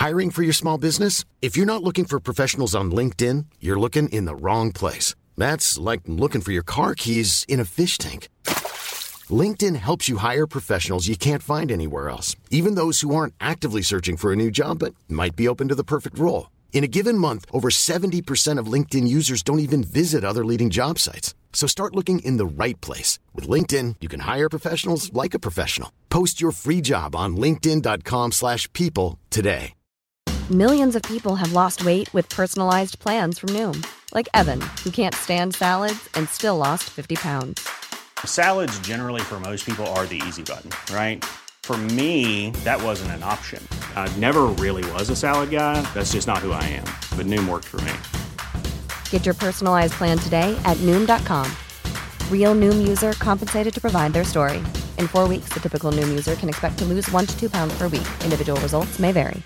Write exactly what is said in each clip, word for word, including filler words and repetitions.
Hiring for your small business? If you're not looking for professionals on LinkedIn, you're looking in the wrong place. That's like looking for your car keys in a fish tank. LinkedIn helps you hire professionals you can't find anywhere else, even those who aren't actively searching for a new job but might be open to the perfect role. In a given month, over seventy percent of LinkedIn users don't even visit other leading job sites. So start looking in the right place. With LinkedIn, you can hire professionals like a professional. Post your free job on linkedin.com slash people today. Millions of people have lost weight with personalized plans from Noom. Like Evan, who can't stand salads and still lost fifty pounds. Salads generally for most people are the easy button, right? For me, that wasn't an option. I never really was a salad guy. That's just not who I am. But Noom worked for me. Get your personalized plan today at Noom dot com. Real Noom user compensated to provide their story. In four weeks, the typical Noom user can expect to lose one to two pounds per week. Individual results may vary.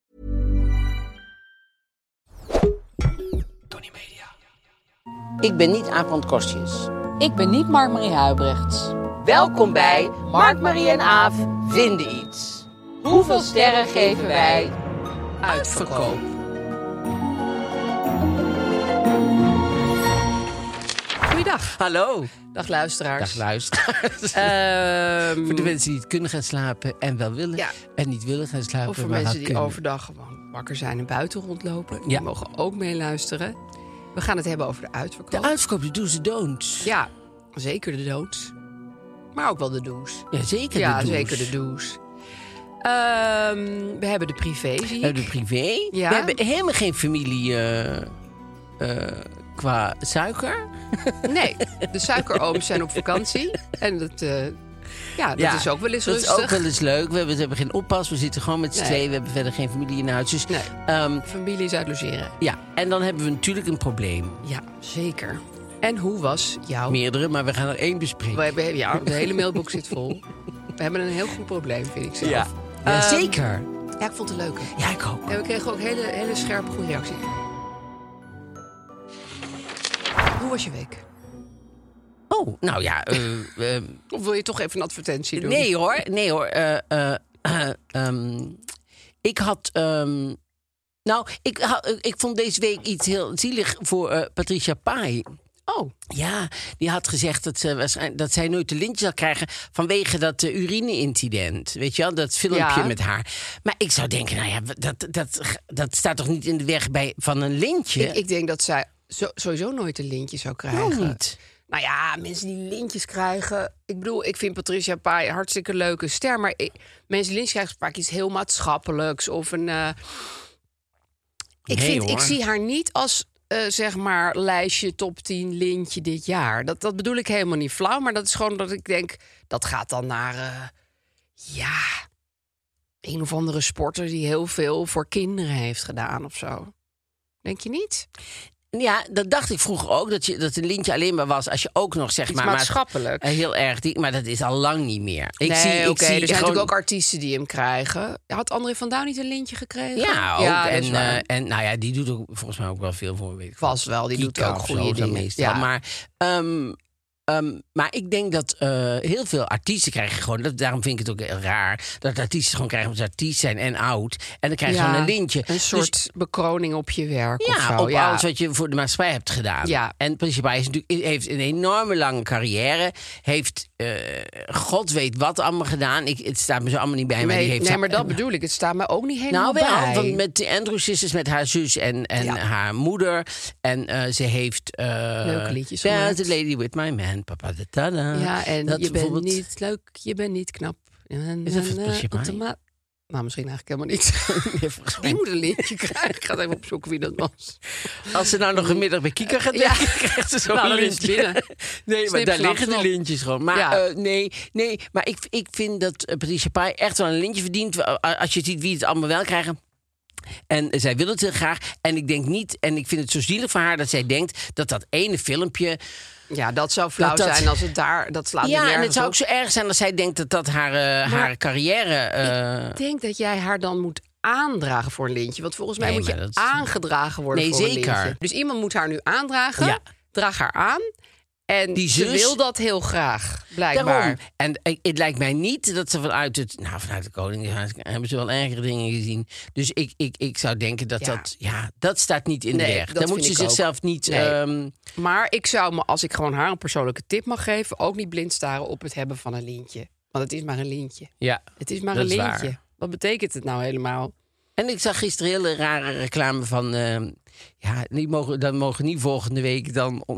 Tony Media. Ik ben niet Aaf van het Kostjes. Ik ben niet Mark-Marie Huibrechts. Welkom bij Mark-Marie en Aaf vinden iets. Hoeveel sterren geven wij? Uitverkoop. Goeiedag. Hallo. Dag luisteraars. Dag luisteraars. Um, Voor de mensen die niet kunnen gaan slapen en wel willen. Ja. En niet willen gaan slapen. Of voor maar mensen die kunnen. overdag gewoon wakker zijn en buiten rondlopen. Die Ja. mogen ook meeluisteren. We gaan het hebben over de uitverkoop. De uitverkoop, de do's en don'ts. Ja, zeker de don'ts. Maar ook wel de do's. Ja, zeker ja, de do's. zeker de do's. Um, we hebben de privé, zie ik. We hebben de privé. Ja. We hebben helemaal geen familie uh, uh, qua suiker. Nee, de suikerooms zijn op vakantie. En dat, uh, ja, dat Ja, is ook wel eens dat rustig. is ook wel eens leuk. We hebben, we hebben geen oppas. We zitten gewoon met z'n Nee. tweeën. We hebben verder geen familie in huis. Dus, Nee. um, Familie is uit logeren. ja, en dan hebben we natuurlijk een probleem. Ja, zeker. En hoe was jouw... Meerdere, maar we gaan er één bespreken. We hebben, ja, de hele mailbox zit vol. We hebben een heel goed probleem, vind ik zelf. Ja, ja Um, zeker. Ja, ik vond het leuk. Ja, ik ook. En we kregen ook hele, hele scherpe, goede reacties. Hoe was je week? Oh, nou ja. Uh, uh, Of wil je toch even een advertentie doen? nee hoor, nee hoor. Uh, uh, uh, um, ik had... Um, nou, ik, ha, ik vond deze week iets heel zielig voor uh, Patricia Pai. Oh, Ja, die had gezegd dat, ze waarschijnlijk, dat zij nooit een lintje zal krijgen vanwege dat uh, urine-incident. Weet je wel, dat filmpje Ja. met haar. Maar ik zou denken, nou ja, dat, dat, dat staat toch niet in de weg bij, van een lintje? ik, ik denk dat zij zo, sowieso nooit een lintje zou krijgen. Nou niet. Nou ja, mensen die lintjes krijgen... Ik bedoel, ik vind Patricia Pai een hartstikke leuke ster... maar ik, mensen die lintjes krijgen vaak iets heel maatschappelijks... of een... Uh, ik, Nee, vind, hoor. ik zie haar niet als, uh, zeg maar, lijstje top tien lintje dit jaar. Dat, dat bedoel ik helemaal niet flauw, maar dat is gewoon dat ik denk... dat gaat dan naar, uh, ja... een of andere sporter die heel veel voor kinderen heeft gedaan of zo. Denk je niet? Ja, dat dacht ik vroeger ook, dat, je, dat een lintje alleen maar was als je ook nog, zeg Iets maar... maatschappelijk. Maar, uh, heel erg, die, maar dat is al lang niet meer. Ik nee, zie, ik oké, zie er zijn gewoon, natuurlijk ook artiesten die hem krijgen. Had André van Duin niet een lintje gekregen? Ja, ook. dat en, is waar. uh, en nou ja, die doet ook volgens mij ook wel veel voor. Weet ik Vast wel, die doet Kika ook of goede zo, zo dingen. meestal. Ja. Maar, um, um, maar ik denk dat uh, heel veel artiesten krijgen gewoon... Dat, daarom vind ik het ook heel raar... dat artiesten gewoon krijgen omdat ze artiest zijn en oud. En dan krijg je Ja, gewoon een lintje. Een soort Dus, bekroning op je werk of ja, zo. op ja. alles wat je voor de maatschappij hebt gedaan. Ja. En Patricia Pai is natuurlijk, heeft een enorme lange carrière. Heeft, uh, god weet wat allemaal gedaan. Ik, het staat me zo allemaal niet bij. maar Nee, die heeft nee, zo- maar dat bedoel ik. Het staat me ook niet helemaal nou, wel, bij. want met de Andrew Sisters, met haar zus en, en Ja. haar moeder. En uh, ze heeft... Uh, Leuke liedjes There's gemaakt. a lady with my man, papa de tada. Ja, en Dat je bent bijvoorbeeld- niet leuk, je bent niet knap. En, Is dat en, van eh, Patricia Pai? automa- Nou, misschien eigenlijk helemaal niet. Nee, volgens mij- Die moet een lintje krijgen. Ik ga het even opzoeken wie dat was. Als ze nou nog een middag bij Kika gaat Ja. werken, krijgt ze zo'n Nou, dan is het lintje. binnen. Nee, maar Snip, daar snap, liggen de snap. lintjes gewoon. Maar Ja. uh, nee, nee, maar ik, ik vind dat uh, Patricia Pai echt wel een lintje verdient. Uh, Als je ziet wie het allemaal wel krijgen. En uh, zij wil het heel graag. En ik denk niet, en ik vind het zo zielig voor haar dat zij denkt dat dat ene filmpje... Ja, dat zou flauw Dat dat- zijn als het daar... Dat slaat Ja, en nergens het zou ook op. zo erg zijn als zij denkt dat dat haar, uh, haar carrière... Uh, Ik denk dat jij haar dan moet aandragen voor een lintje. Want volgens mij Nee, moet je maar dat is- aangedragen worden Nee, voor zeker. een lintje. Dus iemand moet haar nu aandragen. Ja. Draag haar aan. En Die ze zus- wil dat heel graag, blijkbaar. Daarom. En eh, het lijkt mij niet dat ze vanuit het... Nou, vanuit de Koningshuis hebben ze wel ergere dingen gezien. Dus ik, ik, ik zou denken dat Ja. dat... Ja, dat staat niet in Nee, de weg. dat Dan moet vind ze ik ook. zichzelf niet... Nee. ehm, Maar ik zou me, als ik gewoon haar een persoonlijke tip mag geven... ook niet blind staren op het hebben van een lintje. Want het is maar een lintje. ja. Het is maar Dat een is lintje. waar. Wat betekent het nou helemaal? En ik zag gisteren hele rare reclame van... ehm, ja, die mogen, dan mogen niet volgende week dan... On-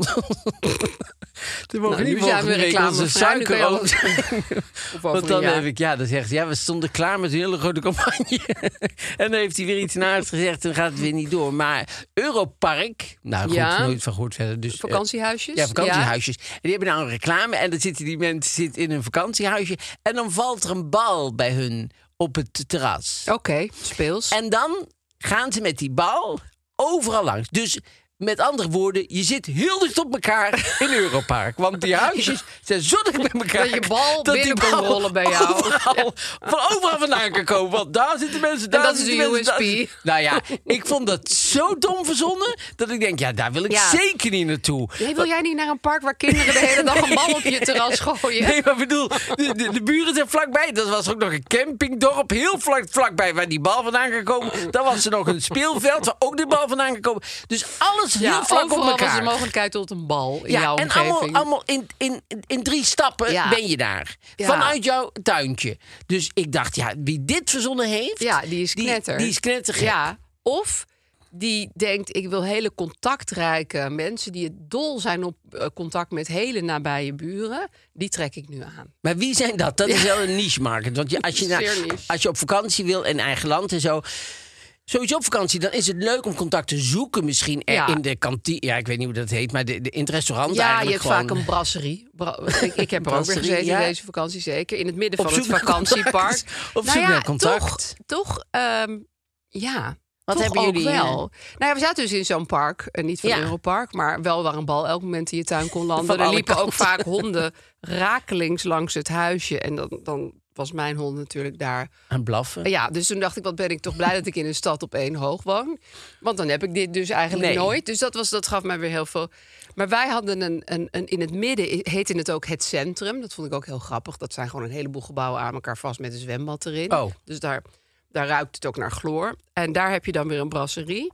die mogen Nou, niet nu zijn volgende we week reclame onze vrij, nu kan je suiker ook alles- zijn. Of over Want dan een jaar. heb ik, ja, dan zegt ze, ja, we stonden klaar met een hele grote campagne. En dan heeft hij weer iets naast gezegd en gaat het weer niet door. Maar Europark, nou goed, Ja. nooit van goed verder. Dus, eh, Vakantiehuisjes? ja, vakantiehuisjes. En die hebben nou een reclame en dan zitten die mensen zitten in een vakantiehuisje. En dan valt er een bal bij hun op het terras. Ja. Oké, speels. En dan gaan ze met die bal overal langs. Dus met andere woorden, je zit heel dicht op elkaar in Europark. Want die huisjes zijn zo dicht bij elkaar. Dat je bal die binnen kan bal rollen bij jou. Overal, van overal vandaan kan komen. Want daar zitten mensen, daar dat is zitten de mensen. daar U S P. zitten- Nou ja, ik vond dat zo dom verzonnen... dat ik denk, ja, daar wil ik Ja. zeker niet naartoe. Nee, wil jij niet naar een park waar kinderen de hele dag een bal op je terras gooien? Nee, maar ik bedoel, de, de, de buren zijn vlakbij. Dat was ook nog een campingdorp, heel vlak, vlakbij waar die bal vandaan kan komen. Dan was er nog een speelveld waar ook de bal vandaan kan komen. Dus alles heel Ja, vlak op overal was elkaar. de mogelijkheid tot een bal in Ja, jouw en omgeving. allemaal, allemaal in, in, in drie stappen Ja. ben je daar. Ja. Vanuit jouw tuintje. Dus ik dacht, ja, wie dit verzonnen heeft... Ja, die is knetter. Die, is knettergek. Ja, of die denkt, ik wil hele contactrijke mensen... die het dol zijn op eh, contact met hele nabije buren... die trek ik nu aan. Maar wie zijn dat? Dat is wel een niche market. Want je, als, je naar- Zeer niche. als je op vakantie wil in eigen land en zo... Sowieso op vakantie, dan is het leuk om contact te zoeken. Misschien er Ja. in de kantine. Ja, ik weet niet hoe dat heet. Maar de, de, in het restaurant Ja, je eigenlijk hebt gewoon. vaak een brasserie. Bra- ik, ik heb er ook weer Brasserie, gezeten ja. deze vakantie, zeker. In het midden Op van het zoek naar vakantiepark. contact. Op Nou zoek ja, naar contact. Toch, toch ehm, ja... Wat Toch hebben ook jullie, wel? eh? Nou ja, we zaten dus in zo'n park, eh, niet van Ja. Europark, maar wel waar een bal elk moment in je tuin kon landen. Van Er alle liepen ook kanten. vaak honden rakelings langs het huisje. En dan, dan was mijn hond natuurlijk daar. Aan blaffen. Ja, dus toen dacht ik, wat ben ik toch blij dat ik in een stad op één hoog woon. Want dan heb ik dit dus eigenlijk Nee. nooit. Dus dat, was, dat gaf mij weer heel veel. Maar wij hadden een, een, een in het midden, heette het ook het centrum. Dat vond ik ook heel grappig. Dat zijn gewoon een heleboel gebouwen aan elkaar vast met een zwembad erin. Oh. Dus daar, daar ruikt het ook naar chloor. En daar heb je dan weer een brasserie.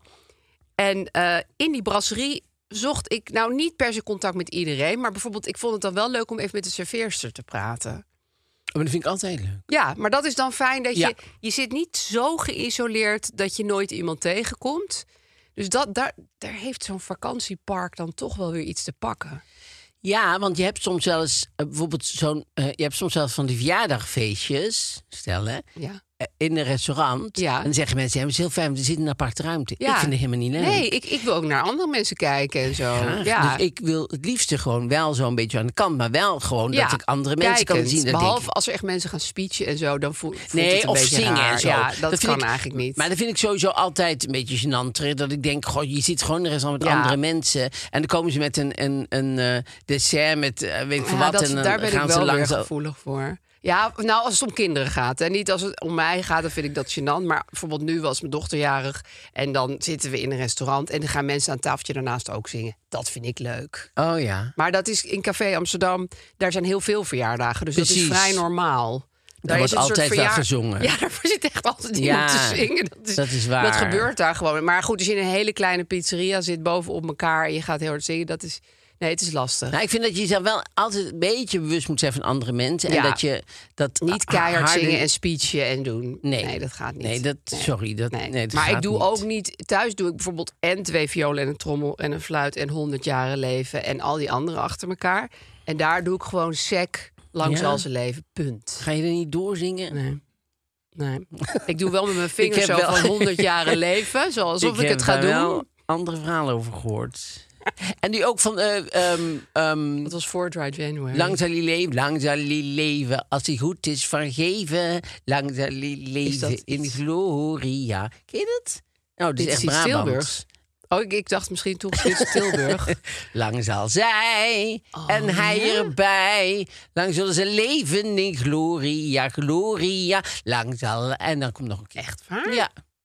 En eh, in die brasserie zocht ik nou niet per se contact met iedereen. Maar bijvoorbeeld, ik vond het dan wel leuk om even met de serveerster te praten. Maar dat vind ik altijd leuk. Ja, maar dat is dan fijn dat Ja. je... Je zit niet zo geïsoleerd dat je nooit iemand tegenkomt. Dus dat, daar, daar heeft zo'n vakantiepark dan toch wel weer iets te pakken. Ja, want je hebt soms wel eens eh, bijvoorbeeld zo'n. eh, je hebt soms wel eens van die verjaardagfeestjes. Stel hè. Ja. eh, In een restaurant. Ja. En dan zeggen mensen: ja, het is heel fijn, want er zit een aparte ruimte. Ja. Ik vind het helemaal niet leuk. Nee, ik, ik wil ook naar andere mensen kijken en zo. Graag. Ja. Dus ik wil het liefste gewoon wel zo'n beetje aan de kant, maar wel gewoon Ja, dat ik andere mensen kan kijkend. zien. Dat Behalve denk ik, als er echt mensen gaan speechen en zo, dan voelt, voelt nee, het een of beetje zingen raar. en zo. Ja, dat, vind kan ik- eigenlijk niet. Maar dat vind ik sowieso altijd een beetje gênant. terug, Dat ik denk, goh, je zit gewoon in een restaurant met Ja. andere mensen. En dan komen ze met een, een, een eh, dessert met eh, weet ik veel Ja, wat. dat, en dan daar ben gaan ik ze wel weer langs. gevoelig voor. Ja, nou, als het om kinderen gaat. En niet als het om mij gaat, dan vind ik dat gênant. Maar bijvoorbeeld nu was mijn dochter jarig. En dan zitten we in een restaurant. En dan gaan mensen aan het tafeltje daarnaast ook zingen. Dat vind ik leuk. Oh ja. Maar dat is in Café Amsterdam. Daar zijn heel veel verjaardagen. Dus dat Precies. is vrij normaal. Daar wordt is een soort altijd wel verjaar- gezongen. Ja, daar zit echt altijd Ja, iemand te zingen. Dat is, dat is waar. Dat gebeurt daar gewoon. Maar goed, als je in een hele kleine pizzeria zit bovenop elkaar... en je gaat heel hard zingen, dat is... Nee, het is lastig. Nou, ik vind dat je jezelf wel altijd een beetje bewust moet zijn van andere mensen. En Ja. dat je dat Niet keihard harde- zingen en speechen en doen. Nee. dat gaat niet. Nee, dat, sorry. Dat, Nee. nee, dat maar ik gaat doe niet. ook niet... Thuis doe ik bijvoorbeeld en twee violen en een trommel... en een fluit en honderd jaren leven... en al die andere achter elkaar. En daar doe ik gewoon sec lang Ja. zal ze leven. Punt. Ga je er niet doorzingen? Nee. Nee. Ik doe wel met mijn vingers Ik zo heb wel- van honderd jaren leven. Zoals of ik, heb het ga daar doen. wel andere verhalen over gehoord. En die ook van... eh, ehm, ehm, Dat was voor Dry January. lang zal hij leven, lang zal hij leven. Als hij goed is, vergeven. Lang zal hij leven dat in iets- gloria. Ken je dat? Nou, dit, Dit is is echt iets Brabant. Tilburgs. Oh, ik, ik dacht misschien toch iets Tilburg. Lang zal zij en hij ja? erbij. Lang zullen ze leven in gloria, gloria. Lang zal... En dan komt nog een keer. Echt waar? Ja.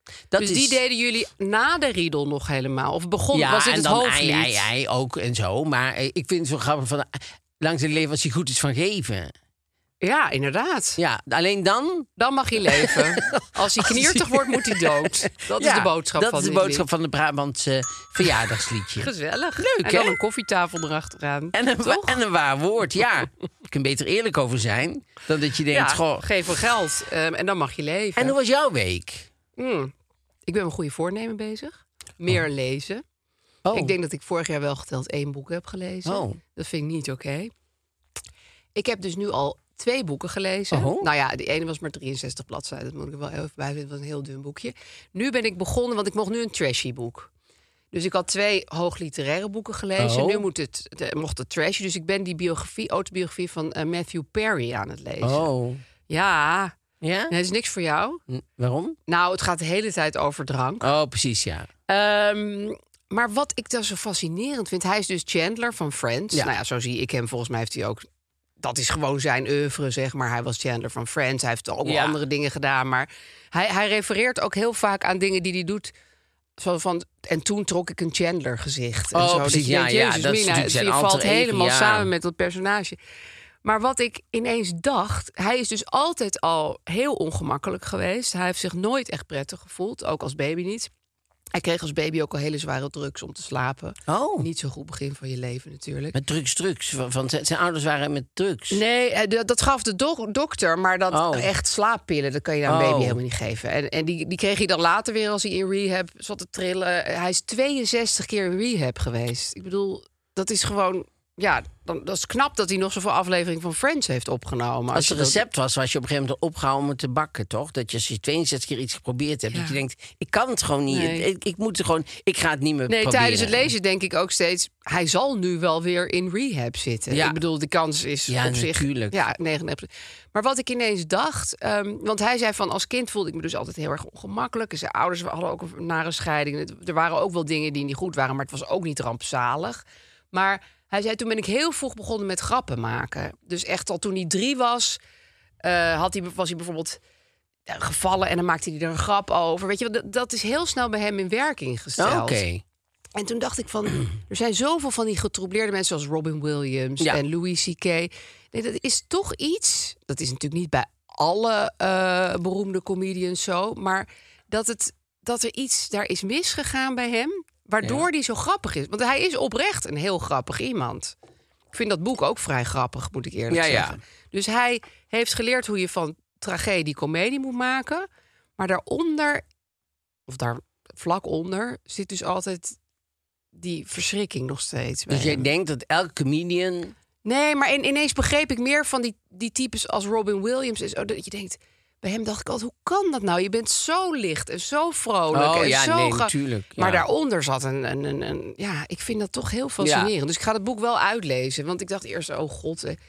Dat dus is... die deden jullie na de riedel nog helemaal? Of begon, Ja, was dit en het dan hoofdlied? ei, ei, ei ook en zo. Maar eh, ik vind het zo grappig van... Langs het leven als hij goed is van geven. Ja, inderdaad. Ja, alleen dan... Dan mag hij leven. Als hij kniertig wordt, moet hij dood. Dat Ja, is de boodschap dat van is de dit boodschap lied. van de Brabantse verjaardagsliedje. Gezellig. Leuk, en dan hè? een koffietafel erachteraan. En een, Toch? en een waar woord, ja. Je kunt beter eerlijk over zijn dan dat je denkt... Ja, goh. geef hem geld um, en dan mag je leven. En hoe was jouw week? Mm. Ik ben met een goede voornemen bezig. Meer Oh. lezen. Oh. Ik denk dat ik vorig jaar wel geteld één boek heb gelezen. Oh. Dat vind ik niet oké. Ik heb dus nu al twee boeken gelezen. Oh. Nou ja, de ene was maar drieënzestig bladzijden. Dat moet ik er wel even bij. Het was een heel dun boekje. Nu ben ik begonnen, want ik mocht nu een trashy boek. Dus ik had twee hoogliteraire boeken gelezen. Oh. Nu moet het, de, mocht het trashy. Dus ik ben die biografie, autobiografie van uh, Matthew Perry aan het lezen. Oh. Ja, Ja? nee, dat is niks voor jou. Hm, Waarom? Nou, het gaat de hele tijd over drank. Oh, precies, ja. Ehm, maar wat ik dan zo fascinerend vind... hij is dus Chandler van Friends. Ja. Nou ja, zo zie ik hem. Volgens mij heeft hij ook... dat is gewoon zijn oeuvre, zeg maar. Hij was Chandler van Friends. Hij heeft ook wel Ja. andere dingen gedaan. Maar hij, hij refereert ook heel vaak aan dingen die hij doet... Zo van, en toen trok ik een Chandler gezicht. En Oh, zo, precies, dat je ja, denkt, ja, Jezus dat is mina, natuurlijk zijn je valt alter ego, helemaal ja. samen met dat personage. Maar wat ik ineens dacht... hij is dus altijd al heel ongemakkelijk geweest. Hij heeft zich nooit echt prettig gevoeld, ook als baby niet. Hij kreeg als baby ook al hele zware drugs om te slapen. Oh. Niet zo'n goed begin van je leven natuurlijk. Met drugs, drugs. Van, van zijn, zijn ouders waren met drugs. Nee, eh, dat dat gaf de do- dokter, maar dat Oh. echt slaappillen... dat kan je aan een Oh. baby helemaal niet geven. En, en die, die kreeg hij dan later weer als hij in rehab zat te trillen. Hij is tweeënzestig keer in rehab geweest. Ik bedoel, dat is gewoon... Ja, dan, dat is knap dat hij nog zoveel afleveringen van Friends heeft opgenomen. Als je het dat- recept was, was je op een gegeven moment opgehouden om te bakken, toch? Dat je als je tweeënzestig keer iets geprobeerd hebt, Ja. dat je denkt, ik kan het gewoon niet. Nee. Ik, ik moet er gewoon, ik ga het niet meer Nee, proberen. tijdens het lezen denk ik ook steeds... hij zal nu wel weer in rehab zitten. Ja. Ik bedoel, de kans is Ja, op zich... natuurlijk. Ja, negenennegentig procent. Maar wat ik ineens dacht... ehm, want hij zei van, als kind voelde ik me dus altijd heel erg ongemakkelijk. En zijn ouders hadden ook een nare scheiding. Het- Er waren ook wel dingen die niet goed waren... maar het was ook niet rampzalig. Maar hij zei, toen ben ik heel vroeg begonnen met grappen maken. Dus echt al toen hij drie was... eh, had hij, was hij bijvoorbeeld... ja, gevallen en dan maakte hij er een grap over. Weet je, dat, dat is heel snel bij hem in werking gesteld. Oké. En toen dacht ik van, er zijn zoveel van die getroubleerde mensen... zoals Robin Williams Ja. en Louis C K. Nee, dat is toch iets... dat is natuurlijk niet bij alle eh, beroemde comedians zo... maar dat, het, dat er iets daar is misgegaan bij hem... waardoor hij zo grappig is. Want hij is oprecht een heel grappig iemand. Ik vind dat boek ook vrij grappig, moet ik eerlijk Ja, ja. zeggen. Dus hij heeft geleerd hoe je van tragedie comedie moet maken... maar daaronder, of daar vlak onder... zit dus altijd die verschrikking nog steeds. bij Dus jij hem. denkt dat elke comedian... Nee, maar in, ineens begreep ik meer van die, die types als Robin Williams. En zo, dat je denkt, bij hem dacht ik altijd, hoe kan dat nou? Je bent zo licht en zo vrolijk. Oh, en ja, zo nee, gra- natuurlijk, ja. Maar daaronder zat een, een, een, een... Ja, ik vind dat toch heel fascinerend. Dus ik ga het boek wel uitlezen. Want ik dacht eerst, oh god... eh,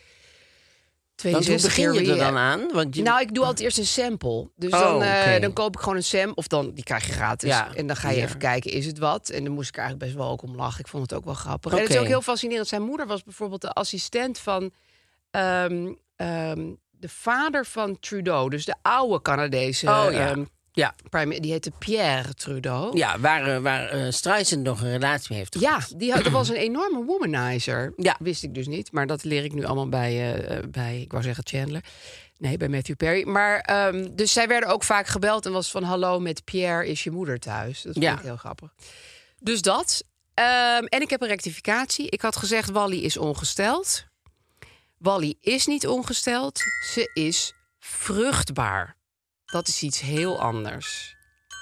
Want hoe tweeënzestig begin je keer er dan rehab. aan? Want je... Nou, ik doe altijd eerst een sample. Dus Oh, dan, eh, oké. dan koop ik gewoon een sam. Of dan, die krijg je gratis. Ja, En dan ga je hier. even kijken, is het wat? En dan moest ik eigenlijk best wel ook om lachen. Ik vond het ook wel grappig. En het is Oké. ook heel fascinerend. Zijn moeder was bijvoorbeeld de assistent van... ehm, ehm, de vader van Trudeau. Dus de oude Canadese... Oh, ja. ehm, ja. prime- die heette Pierre Trudeau. Ja, waar, eh, waar eh, Streisand nog een relatie mee heeft Ja, gehad. die had, dat was een enorme womanizer. Ja. Wist ik dus niet. Maar dat leer ik nu allemaal bij, eh, eh, bij ik wou zeggen Chandler. Nee, bij Matthew Perry. Maar ehm, dus zij werden ook vaak gebeld en was van... hallo, met Pierre, is je moeder thuis? Dat vond Ja. ik heel grappig. Dus dat. Ehm, en ik heb een rectificatie. Ik had gezegd, Wally is ongesteld. Wally is niet ongesteld. Ze is vruchtbaar. Dat is iets heel anders.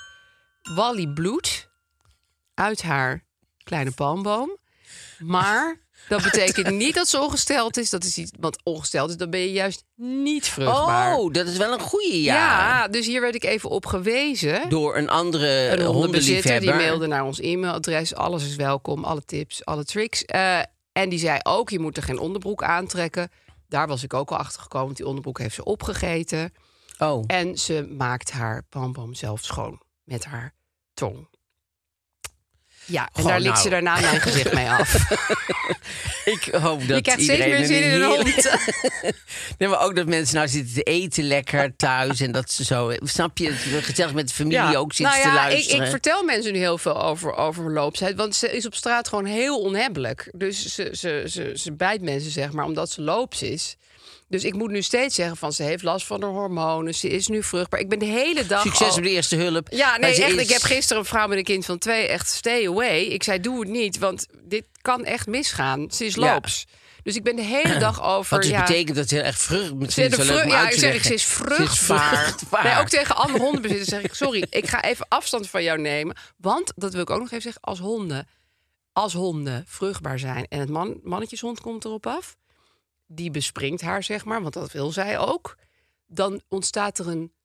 Wally bloedt uit haar kleine palmboom. Maar dat betekent niet dat ze ongesteld is. Dat is iets wat ongesteld is. Dan ben je juist niet vruchtbaar. Oh, dat is wel een goeie, ja. ja, dus hier werd ik even op gewezen. Door een andere Een hondenbezitter die hondenliefhebber. mailde naar ons e-mailadres. Alles is welkom, alle tips, alle tricks. Eh, en die zei ook, je moet er geen onderbroek aantrekken. Daar was ik ook al achter gekomen. Want die onderbroek heeft ze opgegeten. Oh, En ze maakt haar palmboom zelf schoon met haar tong. Ja, en Gewoon, daar liet nou. ze daarna mijn gezicht mee af. Ik hoop dat Je krijgt steeds iedereen meer zin in een heerlijk- hond. Nee, maar ook dat mensen nou zitten te eten lekker thuis. En dat ze zo, snap je, dat we gezellig met de familie ook zitten nou te ja, luisteren. Ik, ik vertel mensen nu heel veel over, over loopsheid. Want ze is op straat gewoon heel onhebbelijk. Dus ze, ze, ze, ze bijt mensen, zeg maar, omdat ze loops is. Dus ik moet nu steeds zeggen van ze heeft last van haar hormonen. Ze is nu vruchtbaar. Ik ben de hele dag Succes al... met de eerste hulp. Ja, Maar nee, ze echt. is- Ik heb gisteren een vrouw met een kind van twee echt stay away. Ik zei, doe het niet, want dit kan echt misgaan. Ze is Ja. loops. Dus ik ben de hele dag over... Wat dus ja, betekent dat ze heel erg vrucht... ze Misschien de is het wel leuk vru- om ja, uit ik te zeg, ik, leggen. ze is vruchtbaar. vruchtbaar. Nee, ook tegen andere hondenbezitters zeg ik, sorry, ik ga even afstand van jou nemen. Want, dat wil ik ook nog even zeggen, als honden, als honden vruchtbaar zijn en het man, mannetjeshond komt erop af, die bespringt haar, zeg maar, want dat wil zij ook, dan ontstaat er een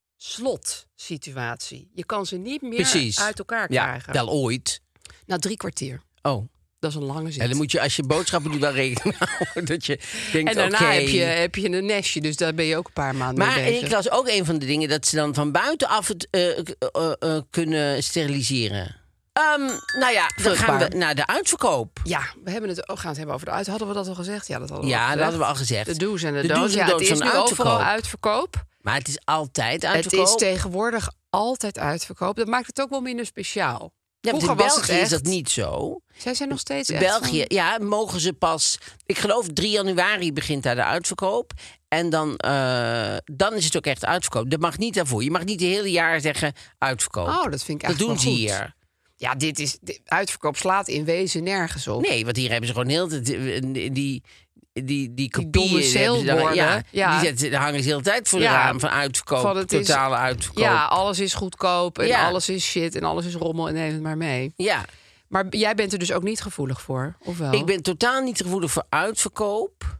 slotsituatie. Je kan ze niet meer Precies. uit elkaar Ja, krijgen. wel ooit. Na drie kwartier. Oh. Dat is een lange zit. En dan moet je, als je boodschappen doet, wel rekening houden. Dat je denkt, en daarna oké. heb, je, heb je een nestje, dus daar ben je ook een paar maanden Maar mee en bezig. ik las ook een van de dingen dat ze dan van buitenaf het eh, eh, eh, kunnen steriliseren. Ehm, nou ja, dan gaan Vruchtbaar. we naar de uitverkoop. Ja, we hebben het, oh, gaan het hebben over de uit. Hadden we dat al gezegd? Ja, dat hadden we, al Ja, dat gezegd. hadden we al gezegd. De do's en de, De don'ts. do's en Ja, don'ts het is van nu uitverkoop. overal uitverkoop. Maar het is altijd Het uitverkoop. is tegenwoordig altijd uitverkoop. Dat maakt het ook wel minder speciaal. Ja, want in Vroeger was het België is echt- dat niet zo. Zij zijn nog steeds echt België, van- ja, mogen ze pas... Ik geloof drie januari begint daar de uitverkoop. En dan, eh, dan is het ook echt uitverkoop. Dat mag niet daarvoor. Je mag niet het hele jaar zeggen uitverkoop. Oh, dat vind ik dat eigenlijk doen ze wel goed. hier. Ja, dit is dit- uitverkoop slaat in wezen nergens op. Nee, want hier hebben ze gewoon heel de tijd eh, die, die, die, die kopieën. domme hebben ze dan- zeilborden, Ja, ja. Die zetten, daar hangen ze de hele tijd voor de Ja, raam van uitverkoop. van het is- totale uitverkoop. Ja, alles is goedkoop en Ja. alles is shit en alles is rommel en neem het maar mee. Ja. Maar jij bent er dus ook niet gevoelig voor, of wel? Ik ben totaal niet gevoelig voor uitverkoop.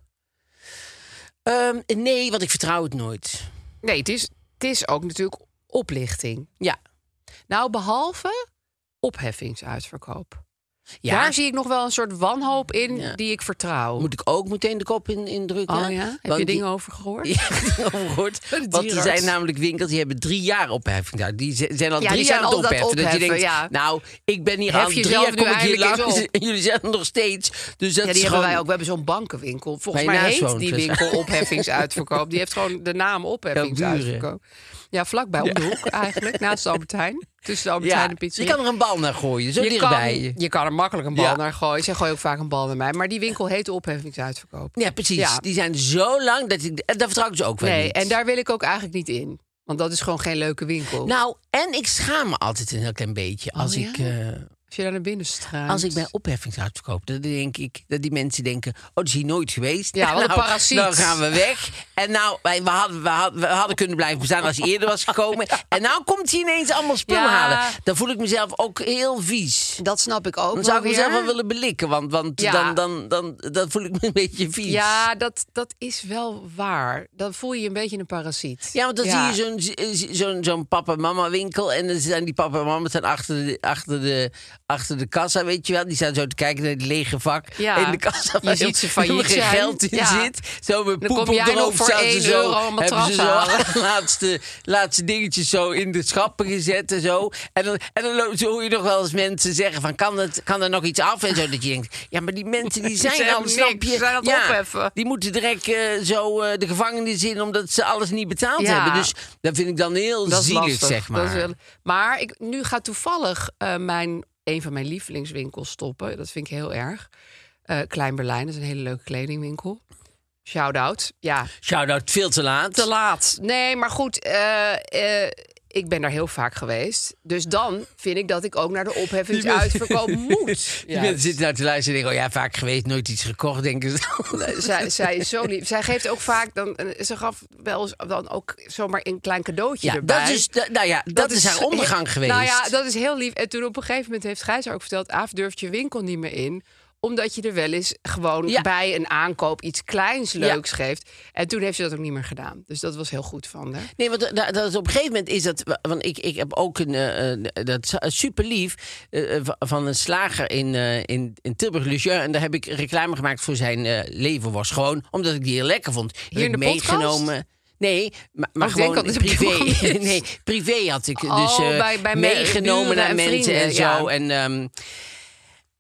Ehm, nee, want ik vertrouw het nooit. Nee, het is, het is ook natuurlijk oplichting. Ja. Nou, behalve opheffingsuitverkoop. Ja. Daar zie ik nog wel een soort wanhoop in Ja. die ik vertrouw. Moet ik ook meteen de kop in, indrukken? Oh ja? Heb Want je die- dingen over gehoord? Ja, over gehoord. Bij de Want er dierenarts. zijn namelijk winkels die hebben drie jaar opheffing. Nou, die z- zijn al Ja, drie die zijn jaar aan het al dat opheffen. Dat je opheffen, denkt, ja. nou, ik ben hier Hef al drie jezelf jaar, nu kom ik hier eindelijk eens langs. op. En jullie zijn er nog steeds. Dus dat Ja, is die gewoon... hebben wij ook. We hebben zo'n bankenwinkel. Volgens Waar je mij naast heet woont, die dus. winkel opheffingsuitverkoop. Die heeft gewoon de naam opheffingsuitverkoop. Ja, vlakbij om de hoek eigenlijk. Naast de Albert Heijn. Tussen de Albert Ja, Heijn en de je pizzeria. kan er een bal naar gooien, zo je dichtbij. kan, je kan er makkelijk een bal Ja. naar gooien. Zij gooien ook vaak een bal naar mij. Maar die winkel heet opheffingsuitverkoop. Ja, precies. Ja. Die zijn zo lang, dat ik, en daar vertrouw ik ze ook wel Nee, niet. en daar wil ik ook eigenlijk niet in. Want dat is gewoon geen leuke winkel. Nou, en ik schaam me altijd een heel klein beetje als Oh, ja? ik... eh, Als je daar naar binnen struint. Als ik bij opheffingsuitverkoop, dan denk ik dat die mensen denken: oh, dat is hier nooit geweest. Ja, wat een nou, parasiet. Dan gaan we weg. En nou, wij, we, hadden, we, hadden, we hadden kunnen blijven bestaan als hij eerder was gekomen. En nou komt hij ineens allemaal spullen Ja. halen. Dan voel ik mezelf ook heel vies. Dat snap ik ook Dan zou ik wel mezelf weer. wel willen belikken, want, want Ja. dan, dan, dan, dan voel ik me een beetje vies. Ja, dat, dat is wel waar. Dan voel je je een beetje een parasiet. Ja, want dan Ja. zie je zo'n zo'n zo'n papa-mama winkel. En dan zijn die papa en mama staan achter de, achter, de, achter de kassa, weet je wel. Die staan zo te kijken naar het lege vak Ja. in de kassa. Je waar ziet ze helemaal failliet geen zijn. geld in Ja. zit. Zo met Dan poep kom op jij de nog hoofd voor staan ze één zo. euro een matras hebben ze zo halen. laatste, laatste dingetjes zo in de schappen gezet en zo. En dan, en dan lo- zo hoor je nog wel eens mensen zeggen van, kan, het, kan er nog iets af? En zo, dat je denkt, ja, maar die mensen die zijn hebben al, niks, snap je? ze zijn aan het ja, opheffen. die moeten direct eh, zo eh, de gevangenis in, omdat ze alles niet betaald Ja. hebben. Dus dat vind ik dan heel Dat is zielig, lastig. zeg maar. Dat is wel- maar ik, nu gaat toevallig eh, mijn, een van mijn lievelingswinkels stoppen. Dat vind ik heel erg. Eh, Klein Berlijn, dat is een hele leuke kledingwinkel. Shout-out. Ja, Shout-out, veel te laat. te laat. Nee, maar goed, eh, eh, ik ben daar heel vaak geweest. Dus dan vind ik dat ik ook naar de opheffingsuitverkoop moet. Die Ja. mensen zitten nou te luisteren en denken, oh ja, vaak geweest, nooit iets gekocht, denken ze. zij, zij is zo lief. Zij geeft ook vaak dan. eh, Ze gaf wel eens dan ook zomaar een klein cadeautje Ja, erbij. dat is, da- nou ja, dat, is haar ondergang geweest. Nou ja, dat is heel lief. En toen op een gegeven moment heeft Gijs haar ook verteld: Aaf, durft je winkel niet meer in, omdat je er wel eens gewoon Ja. bij een aankoop iets kleins Ja. leuks geeft. En toen heeft ze dat ook niet meer gedaan. Dus dat was heel goed van haar. Nee, want da- dat is op een gegeven moment is dat. Want ik, ik heb ook een. eh, eh, dat is super lief. eh, eh, van een slager in, eh, in, in Tilburg, Lucieux. En daar heb ik reclame gemaakt voor zijn eh leverworst. Gewoon omdat ik die heel lekker vond. Die Hier in heb de ik podcast? meegenomen. Nee, maar, maar Oh, ik denk gewoon al, dat heb je privé. gewoon niet. Nee, privé had ik Oh, dus eh, bij- bij me- meegenomen buren naar en mensen vrienden, en zo. ja. En, ehm,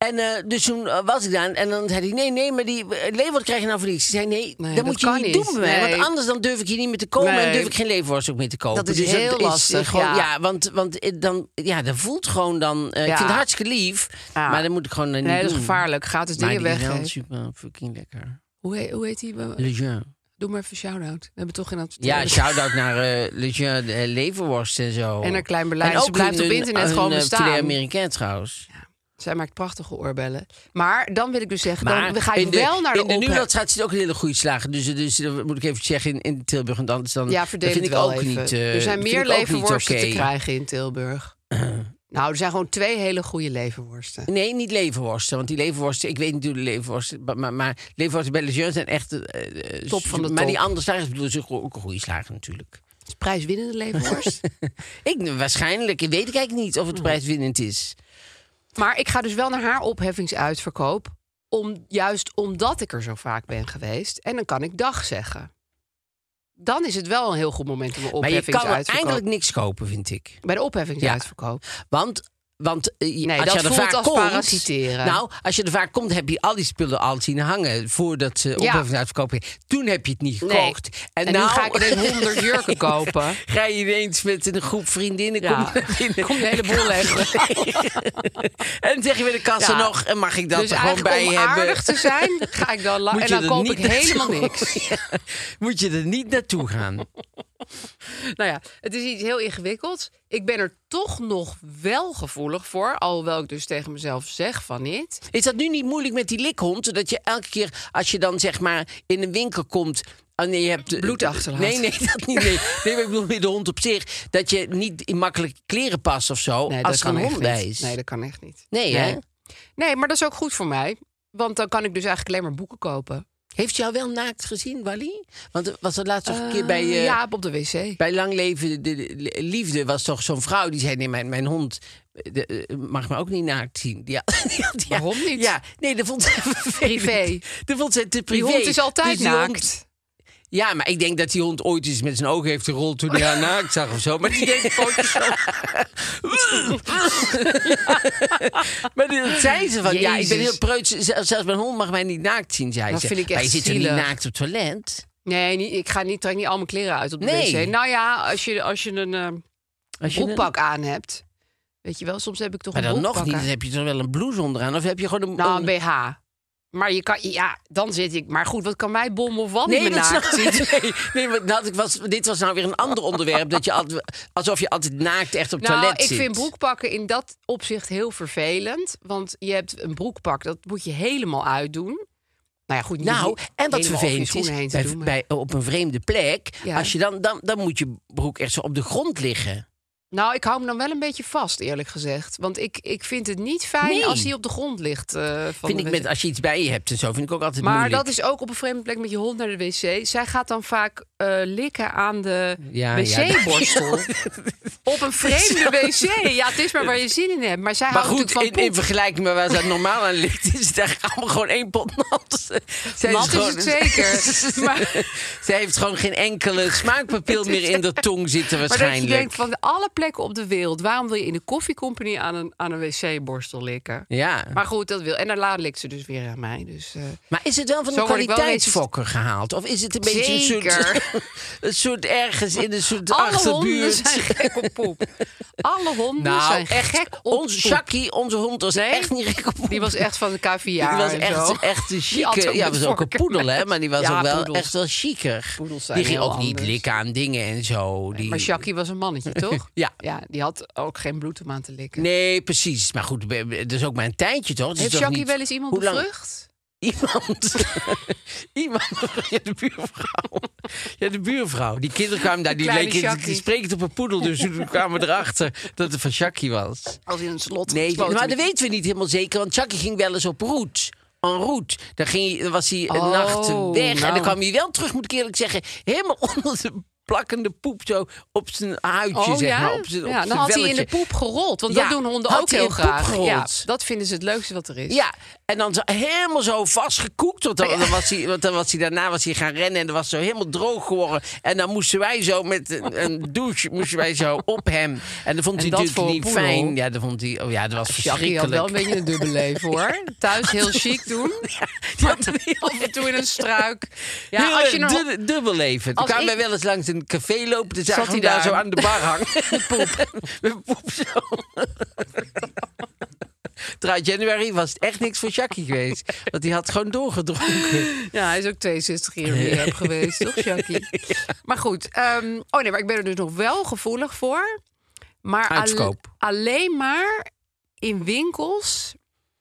En uh, dus toen uh, was ik daar. En dan zei hij, nee, nee, maar die uh, leverworst krijg je nou voor niets. Ik zei, nee, nee dat moet je niet, niet doen bij mij. Nee. Want anders dan durf ik hier niet meer te komen. Nee. En durf ik geen leverworst ook meer te kopen. Dat is dus heel dat lastig, Is, gewoon, ja. ja, want, want dan, ja, dat voelt gewoon dan... Uh, Ja. Ik vind het hartstikke lief. Ja. Maar dan moet ik gewoon uh, niet Nee, doen. dat is gevaarlijk. Gaat dus dingen maar die is wel weggeven. super fucking lekker. Hoe, heet, hoe heet die? Le Jean. Doe maar even shout-out. We hebben toch in dat... Ja, shout-out naar uh, Le Jean, de leverworst en zo. En naar Klein Berlijn. En Ze ook blijft hun- op internet hun, gewoon uh, bestaan. filet américain trouwens. Zij maakt prachtige oorbellen. Maar dan wil ik dus zeggen, Maar dan ga ik in de, wel naar de in de ophef. Nieuwlandstraat zit ook een hele goede slager. Dus, dus dat moet ik even zeggen in, in Tilburg. En anders dan, Ja, verdeel dat vind het ik wel ook even. niet. Uh, er zijn dat vind meer ik ook niet leverworsten oké. te krijgen in Tilburg. Nou, er zijn gewoon twee hele goede leverworsten. Nee, niet leverworsten. Want die leverworsten, ik weet niet hoe de leverworsten... Maar, maar, maar leverworsten bij Le Jean zijn echt... Uh, Top van de maar top. die andere slagers bedoelen ze ook een goede slager natuurlijk. Is prijswinnende leverworst? ik, waarschijnlijk, weet ik eigenlijk niet of het prijswinnend is. Maar ik ga dus wel naar haar opheffingsuitverkoop. Om, juist omdat ik er zo vaak ben geweest. En dan kan ik dag zeggen. Dan is het wel een heel goed moment om een Maar je kan er opheffingsuitverkoop. eigenlijk niks kopen, vind ik. Bij de opheffingsuitverkoop. Want... Want uh, Nee, als dat je er voelt vaak als komt, parasiteren. Nou, als je er vaak komt, heb je al die spullen al zien hangen voordat ze opheffing uitverkopen. Toen heb je het niet gekocht. Nee. En, En nou, nu ga ik ineens honderd jurken kopen. Ga je ineens met een groep vriendinnen Ja. kom je naar binnen. Komt de hele boel leeg. En zeg je bij de kassa Ja. nog, en mag ik dat Dus er gewoon eigenlijk bij om hebben? aardig te zijn, ga ik dan la- Moet en je dan er koop niet ik helemaal naartoe. niks. Ja. Moet je er niet naartoe gaan. Nou ja, het is iets heel ingewikkelds. Ik ben er toch nog wel gevoelig voor. Alhoewel ik dus tegen mezelf zeg van niet. Is dat nu niet moeilijk met die likhond? Dat je elke keer, als je dan zeg maar in een winkel komt... Oh nee, je hebt Bloed achterlaat. Nee, nee, dat niet. Nee, nee, maar ik bedoel met de hond op zich. Dat je niet in makkelijke kleren past of zo. Nee, als dat er een kan hond echt bij niet. is. Nee, dat kan echt niet. Nee, nee. hè? Nee, maar dat is ook goed voor mij. Want dan kan ik dus eigenlijk alleen maar boeken kopen. Heeft jou wel naakt gezien, Wally? Want er was er laatst nog een keer bij... Uh, Uh, ja, op de wc. Bij Lang Leven de, de, de Liefde was toch zo'n vrouw die zei... nee, mijn, mijn hond de, uh, mag me ook niet naakt zien. Die had, die had, ja, Waarom niet? Ja, nee, dat vond zij Privé. Dat vond zij te privé. Die hond is altijd Dus die naakt. hond- ja, maar ik denk dat die hond ooit eens met zijn ogen heeft gerold... toen hij haar naakt zag of zo. Maar die deed pootjes zo. Maar dat zei ze van... Ja, ik ben Jezus. heel preuts. Zelfs mijn hond mag mij niet naakt zien, zei Dat ze. vind ik maar je echt zit er niet zielig. naakt op het toilet. Nee, niet, ik ga niet, trek niet al mijn kleren uit op de Nee. wc. Nou ja, als je, als je een uh, Als je een- broekpak aan hebt. Weet je wel, soms heb ik toch Maar een dan nog broekpak niet. Dan aan. heb je toch wel een blouse onderaan? Of heb je gewoon een... Nou, een- een B H. Maar je kan, ja, dan zit ik. Maar goed, wat kan mij bom of wat Nee, niet me dat naakt snap ziet? ik. Nee, nee, maar dat ik was, dit was nou weer een ander onderwerp. Dat je altijd, alsof je altijd naakt echt op het Nou, toilet ik zit. vind broekpakken in dat opzicht heel vervelend. Want je hebt een broekpak, dat moet je helemaal uitdoen. Nou ja, goed. Niet Nou, en wat helemaal over je vervelend schoenen heen is, te bij, doen, maar- bij, op een vreemde plek... Ja. Als je dan, dan, dan moet je broek echt zo op de grond liggen. Nou, ik hou hem dan wel een beetje vast, eerlijk gezegd. Want ik, ik vind het niet fijn Nee. als hij op de grond ligt. eh, van Vind de ik wc. met, als je iets bij je hebt en zo, vind ik ook altijd Maar moeilijk. dat is ook op een vreemde plek met je hond naar de wc. Zij gaat dan vaak eh, likken aan de Ja, ja, wc-borstel. Op een vreemde wc. Ja, het is maar waar je zin in hebt. Maar zij Maar houdt goed, natuurlijk in, van in poep. vergelijking met waar ze normaal aan ligt... is het eigenlijk allemaal gewoon één pot nat. Zij Nat is gewoon- het zeker. Maar- Zij heeft gewoon geen enkele smaakpapil meer in de tong zitten Maar dat waarschijnlijk. je denkt, van alle plekken op de wereld... waarom wil je in de koffiecompany aan een, aan een wc-borstel likken? Ja. Maar goed, dat wil. En daarna likt ze dus weer aan mij. Dus, eh, Maar is het wel van Zo een word ik wel kwaliteitsfokker gehaald? Of is het een beetje een Zeker. soort, een soort ergens in een soort alle honden achterbuurt? zijn gek op poep. Alle honden Nou, zijn echt, gek op onze poep. Shaki, onze hond, was Nee? echt niet gek op poep. Die was echt van de caviar. Die was en echt, zo. echt een Die at chique. ook Ja, met was ook een vorken. poedel, hè? Maar die was Ja, ook wel poedels. echt wel chiquer. Poedels zijn Die ging heel ook niet anders. likken aan dingen en zo. Die... Maar Shaki was een mannetje, toch? Ja. Ja, die had ook geen bloed om aan te likken. Nee, precies. Maar goed, dat is ook maar een tijdje, toch? Het is Heeft toch Shaki niet- wel eens iemand Hoe lang- bevrucht? Iemand. Iemand. Ja, de buurvrouw. Ja, de buurvrouw. Die kinderen kwamen daar. Die Kleine leken Shaki. die spreken op een poedel. Dus toen kwamen we erachter dat het van Shaki was. Als in een slot. Nee, gesloten maar met- dat weten we niet helemaal zeker. Want Shaki ging wel eens op route. En route. Dan, ging hij, dan was hij een Oh, nacht weg. En nou. dan kwam hij wel terug, moet ik eerlijk zeggen. Helemaal onder de plakkende poep. Zo op zijn huidje, Oh zeg ja? maar. Op zijn, op ja, dan zijn had hij in de velletje. poep gerold. Want Ja, dat doen honden had ook hij heel in poep graag. gerold. Ja, dat vinden ze het leukste wat er is. Ja, En dan zo, helemaal zo vastgekoekt. Want dan, dan, was hij, want dan was hij daarna was hij gaan rennen en dan was zo helemaal droog geworden. En dan moesten wij zo met een, een douche moesten wij zo op hem. En dan vond En hij dat natuurlijk niet voor een fijn. poedel. Ja, dan vond hij, oh ja, dat was Jackie had verschrikkelijk. wel een beetje een dubbel leven, hoor. Thuis heel chic doen. Maar af en toe in een struik. Ja, Heel als je nog... du- dubbel leven. Toen Als kwamen ik- wij wel eens langs een café lopen. Toen Zat zagen we hij hem daar daar? zo aan de bar hangen. Met poep. Met poep zo. Trouwens, January was het echt niks voor Jackie geweest. Want die had gewoon doorgedronken. Ja, hij is ook tweeënzestig jaar rehab geweest, toch, Jackie? Maar goed. ehm, oh nee, maar ik ben er dus nog wel gevoelig voor. Maar al- Uitverkoop. alleen maar in winkels...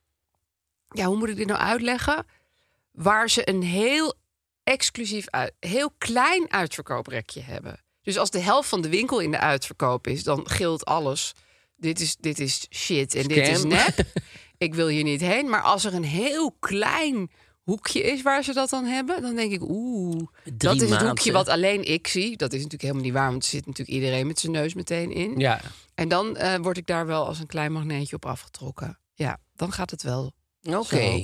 Ja, hoe moet ik dit nou uitleggen? Waar ze een heel exclusief, uit, heel klein uitverkooprekje hebben. Dus als de helft van de winkel in de uitverkoop is, dan gilt alles. Dit is, dit is shit en dit is Scam. nep. Ik wil hier niet heen. Maar als er een heel klein hoekje is waar ze dat dan hebben, dan denk ik, oeh, dat is het maten. hoekje wat alleen ik zie. Dat is natuurlijk helemaal niet waar, want er zit natuurlijk iedereen met zijn neus meteen in. Ja. En dan eh, word ik daar wel als een klein magneetje op afgetrokken. Ja, dan gaat het wel. Oké. Zo.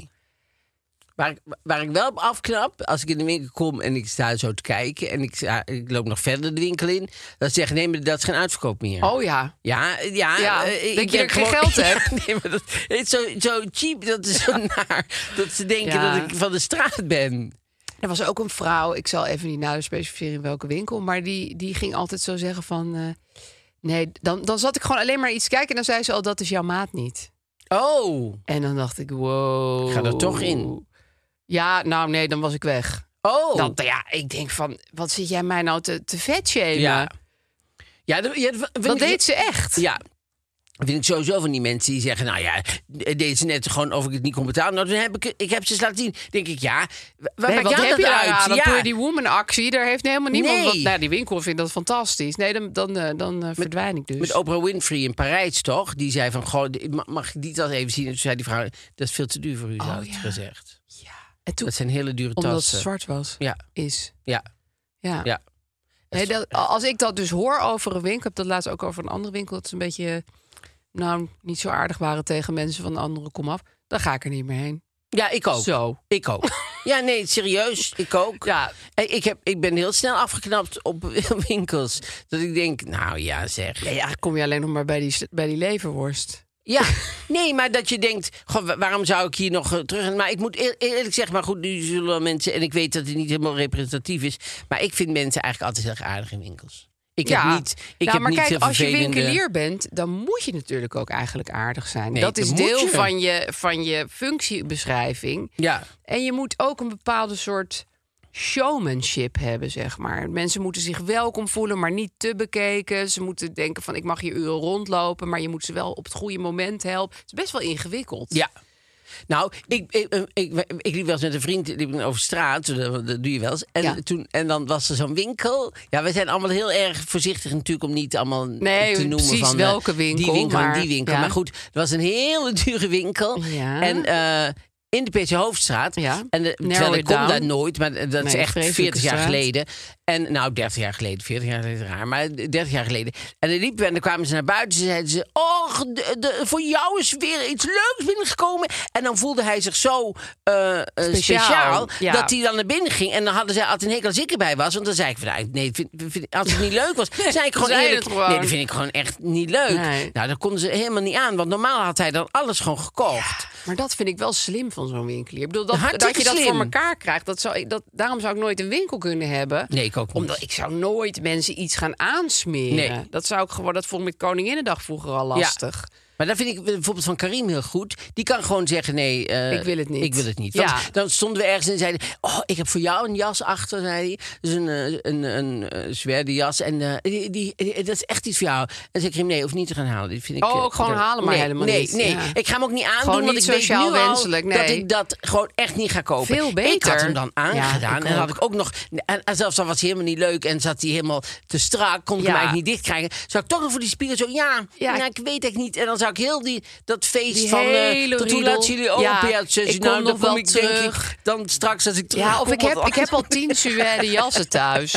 Waar, ik- waar ik wel op afknap, als ik in de winkel kom en ik sta zo te kijken... en ik, sta- ik loop nog verder de winkel in... dan zeggen nee, maar dat is geen uitverkoop meer. Oh ja. Ja, ja. Ja, eh, denk je ben dat ik geen geld heb? Ja, nee, maar dat het is zo, zo cheap, dat is zo naar. Dat ze denken Ja. dat ik van de straat ben. Er was ook een vrouw, ik zal even niet nader specificeren in welke winkel... maar die, die ging altijd zo zeggen van... eh, nee, dan, dan zat ik gewoon alleen maar iets te kijken... en dan zei ze al, dat is jouw maat niet. Oh, En dan dacht ik, wow. ga er toch in. Ja, nou nee, dan was ik weg. Oh. Dan, ja, ik denk van, wat zit jij mij nou te, te vet shamen? Ja. Ja, dat, ja, dat vind Dat ik- deed ze echt. Ja. Dat vind ik sowieso van die mensen die zeggen... nou ja, deed ze net gewoon of ik het niet kon betalen. Nou, dan heb ik, ik heb ze eens laten zien. denk ik, ja, waar Nee, maakt wat jou heb dat je daar uit? aan? Dat Ja. Pretty Woman actie, daar heeft helemaal niemand... Nee. Wat, nou, die winkel vindt dat fantastisch. Nee, dan, dan, eh, dan eh, verdwijn ik dus. Met Oprah Winfrey in Parijs, toch? Die zei van, goh, ma- mag ik die dat even zien? En toen zei die vrouw, dat is veel te duur voor u, Oh, zou ik ja. gezegd. En toen, Dat zijn hele dure omdat tassen. ze zwart was, Ja, is. ja, Ja. ja. Nee, dat, als ik dat dus hoor over een winkel... ik heb dat laatst ook over een andere winkel... dat ze een beetje, nou, niet zo aardig waren tegen mensen van de andere komaf... dan ga ik er niet meer heen. Ja, ik ook. Zo. Ik ook. Ja, nee, serieus, ik ook. Ja. En Ik, heb, ik ben heel snel afgeknapt op winkels. Dat ik denk, nou ja, zeg. Nee, ja, kom je alleen nog maar bij die, bij die leverworst. Ja, nee, maar dat je denkt, goh, wa- waarom zou ik hier nog eh, terug? Maar ik moet eer- eerlijk zeggen, maar goed, nu zullen wel mensen... en ik weet dat het niet helemaal representatief is... maar ik vind mensen eigenlijk altijd heel erg aardig in winkels. Ik heb niet, ik nou, heb maar niet kijk, heel als je vervelende... winkelier bent, dan moet je natuurlijk ook eigenlijk aardig zijn. Nee, dat dat is moet deel je. van je, van je functiebeschrijving. Ja, En je moet ook een bepaalde soort showmanship hebben, zeg maar. Mensen moeten zich welkom voelen, maar niet te bekeken. Ze moeten denken van, ik mag hier uren rondlopen... maar je moet ze wel op het goede moment helpen. Het is best wel ingewikkeld. ja. Nou, ik, ik, ik, ik, ik liep wel eens met een vriend liep ik over straat, dat, dat doe je wel eens. En, Ja. toen, en dan was er zo'n winkel. Ja, we zijn allemaal heel erg voorzichtig natuurlijk om niet allemaal Nee, te noemen precies van eh, welke winkel, die winkel maar- en die winkel. ja. Maar goed, het was een hele dure winkel. Ja. En eh, in de P C Hoofdstraat. Ja. En de, Narrow terwijl ik it kom down. daar nooit, maar dat is Nee, echt vreselijke veertig jaar straat. geleden. En nou, dertig jaar geleden, veertig jaar geleden raar, maar dertig jaar geleden. En dan liepen we en dan kwamen ze naar buiten. Ze zeiden ze, oh, de, de, voor jou is weer iets leuks binnengekomen. En dan voelde hij zich zo eh, eh, Speciaal, speciaal, ja. dat hij dan naar binnen ging. En dan hadden zij altijd een hekel als ik erbij was. Want dan zei ik van, nou, nee, vind, vind, als het niet leuk was, zei ik gewoon zei eerlijk. het gewoon. Nee, dat vind ik gewoon echt niet leuk. Nee. Nou, dat konden ze helemaal niet aan. Want normaal had hij dan alles gewoon gekocht. Maar dat vind ik wel slim van zo'n winkelier. Ik bedoel, dat, Hartstikke dat je dat slim. voor elkaar krijgt. Dat zou, ik- dat, daarom zou ik nooit een winkel kunnen hebben. Nee, ik ook niet. Omdat ik zou nooit mensen iets gaan aansmeren. Nee. Dat zou ik gewoon, dat vond ik met Koninginnedag vroeger al lastig. Maar dat vind ik bijvoorbeeld van Karim heel goed. Die kan gewoon zeggen, nee... eh, Ik wil het niet. Ik wil het niet. Ja. Want dan stonden we ergens en zeiden... Oh, ik heb voor jou een jas achter, zei hij. Dus een, eh, een, een, een zwerde jas. En eh, die, die, die- dat is echt iets voor jou. En zei Karim, nee, hoef niet te gaan halen. Die vind ik, Oh, eh, ook gewoon dat- halen, maar nee, helemaal nee, niet. Nee, Ja. ik ga hem ook niet aandoen. Gewoon want niet ik weet sociaal nu al wenselijk, dat nee. ik dat gewoon echt niet ga kopen. Veel Ik had beter. hem dan Ja, aangedaan. ik en dan had ook. ik ook nog... En, en zelfs dan was hij helemaal niet leuk. En zat hij helemaal te strak. Kon ik Ja. hem eigenlijk niet dichtkrijgen. Zou ik toch nog voor die spiegel zo... Ja, Ja. ja, ik weet het niet. En dan zou ik heel die, dat feest Die van... eh, hele tot hoe riedel. laat jullie open? Ja, Ja, zei ze, ik nou, kom dan nog wel kom ik denk terug. ik dan straks als ik terug Ja, of ik heb, ik heb al tien suède jassen thuis.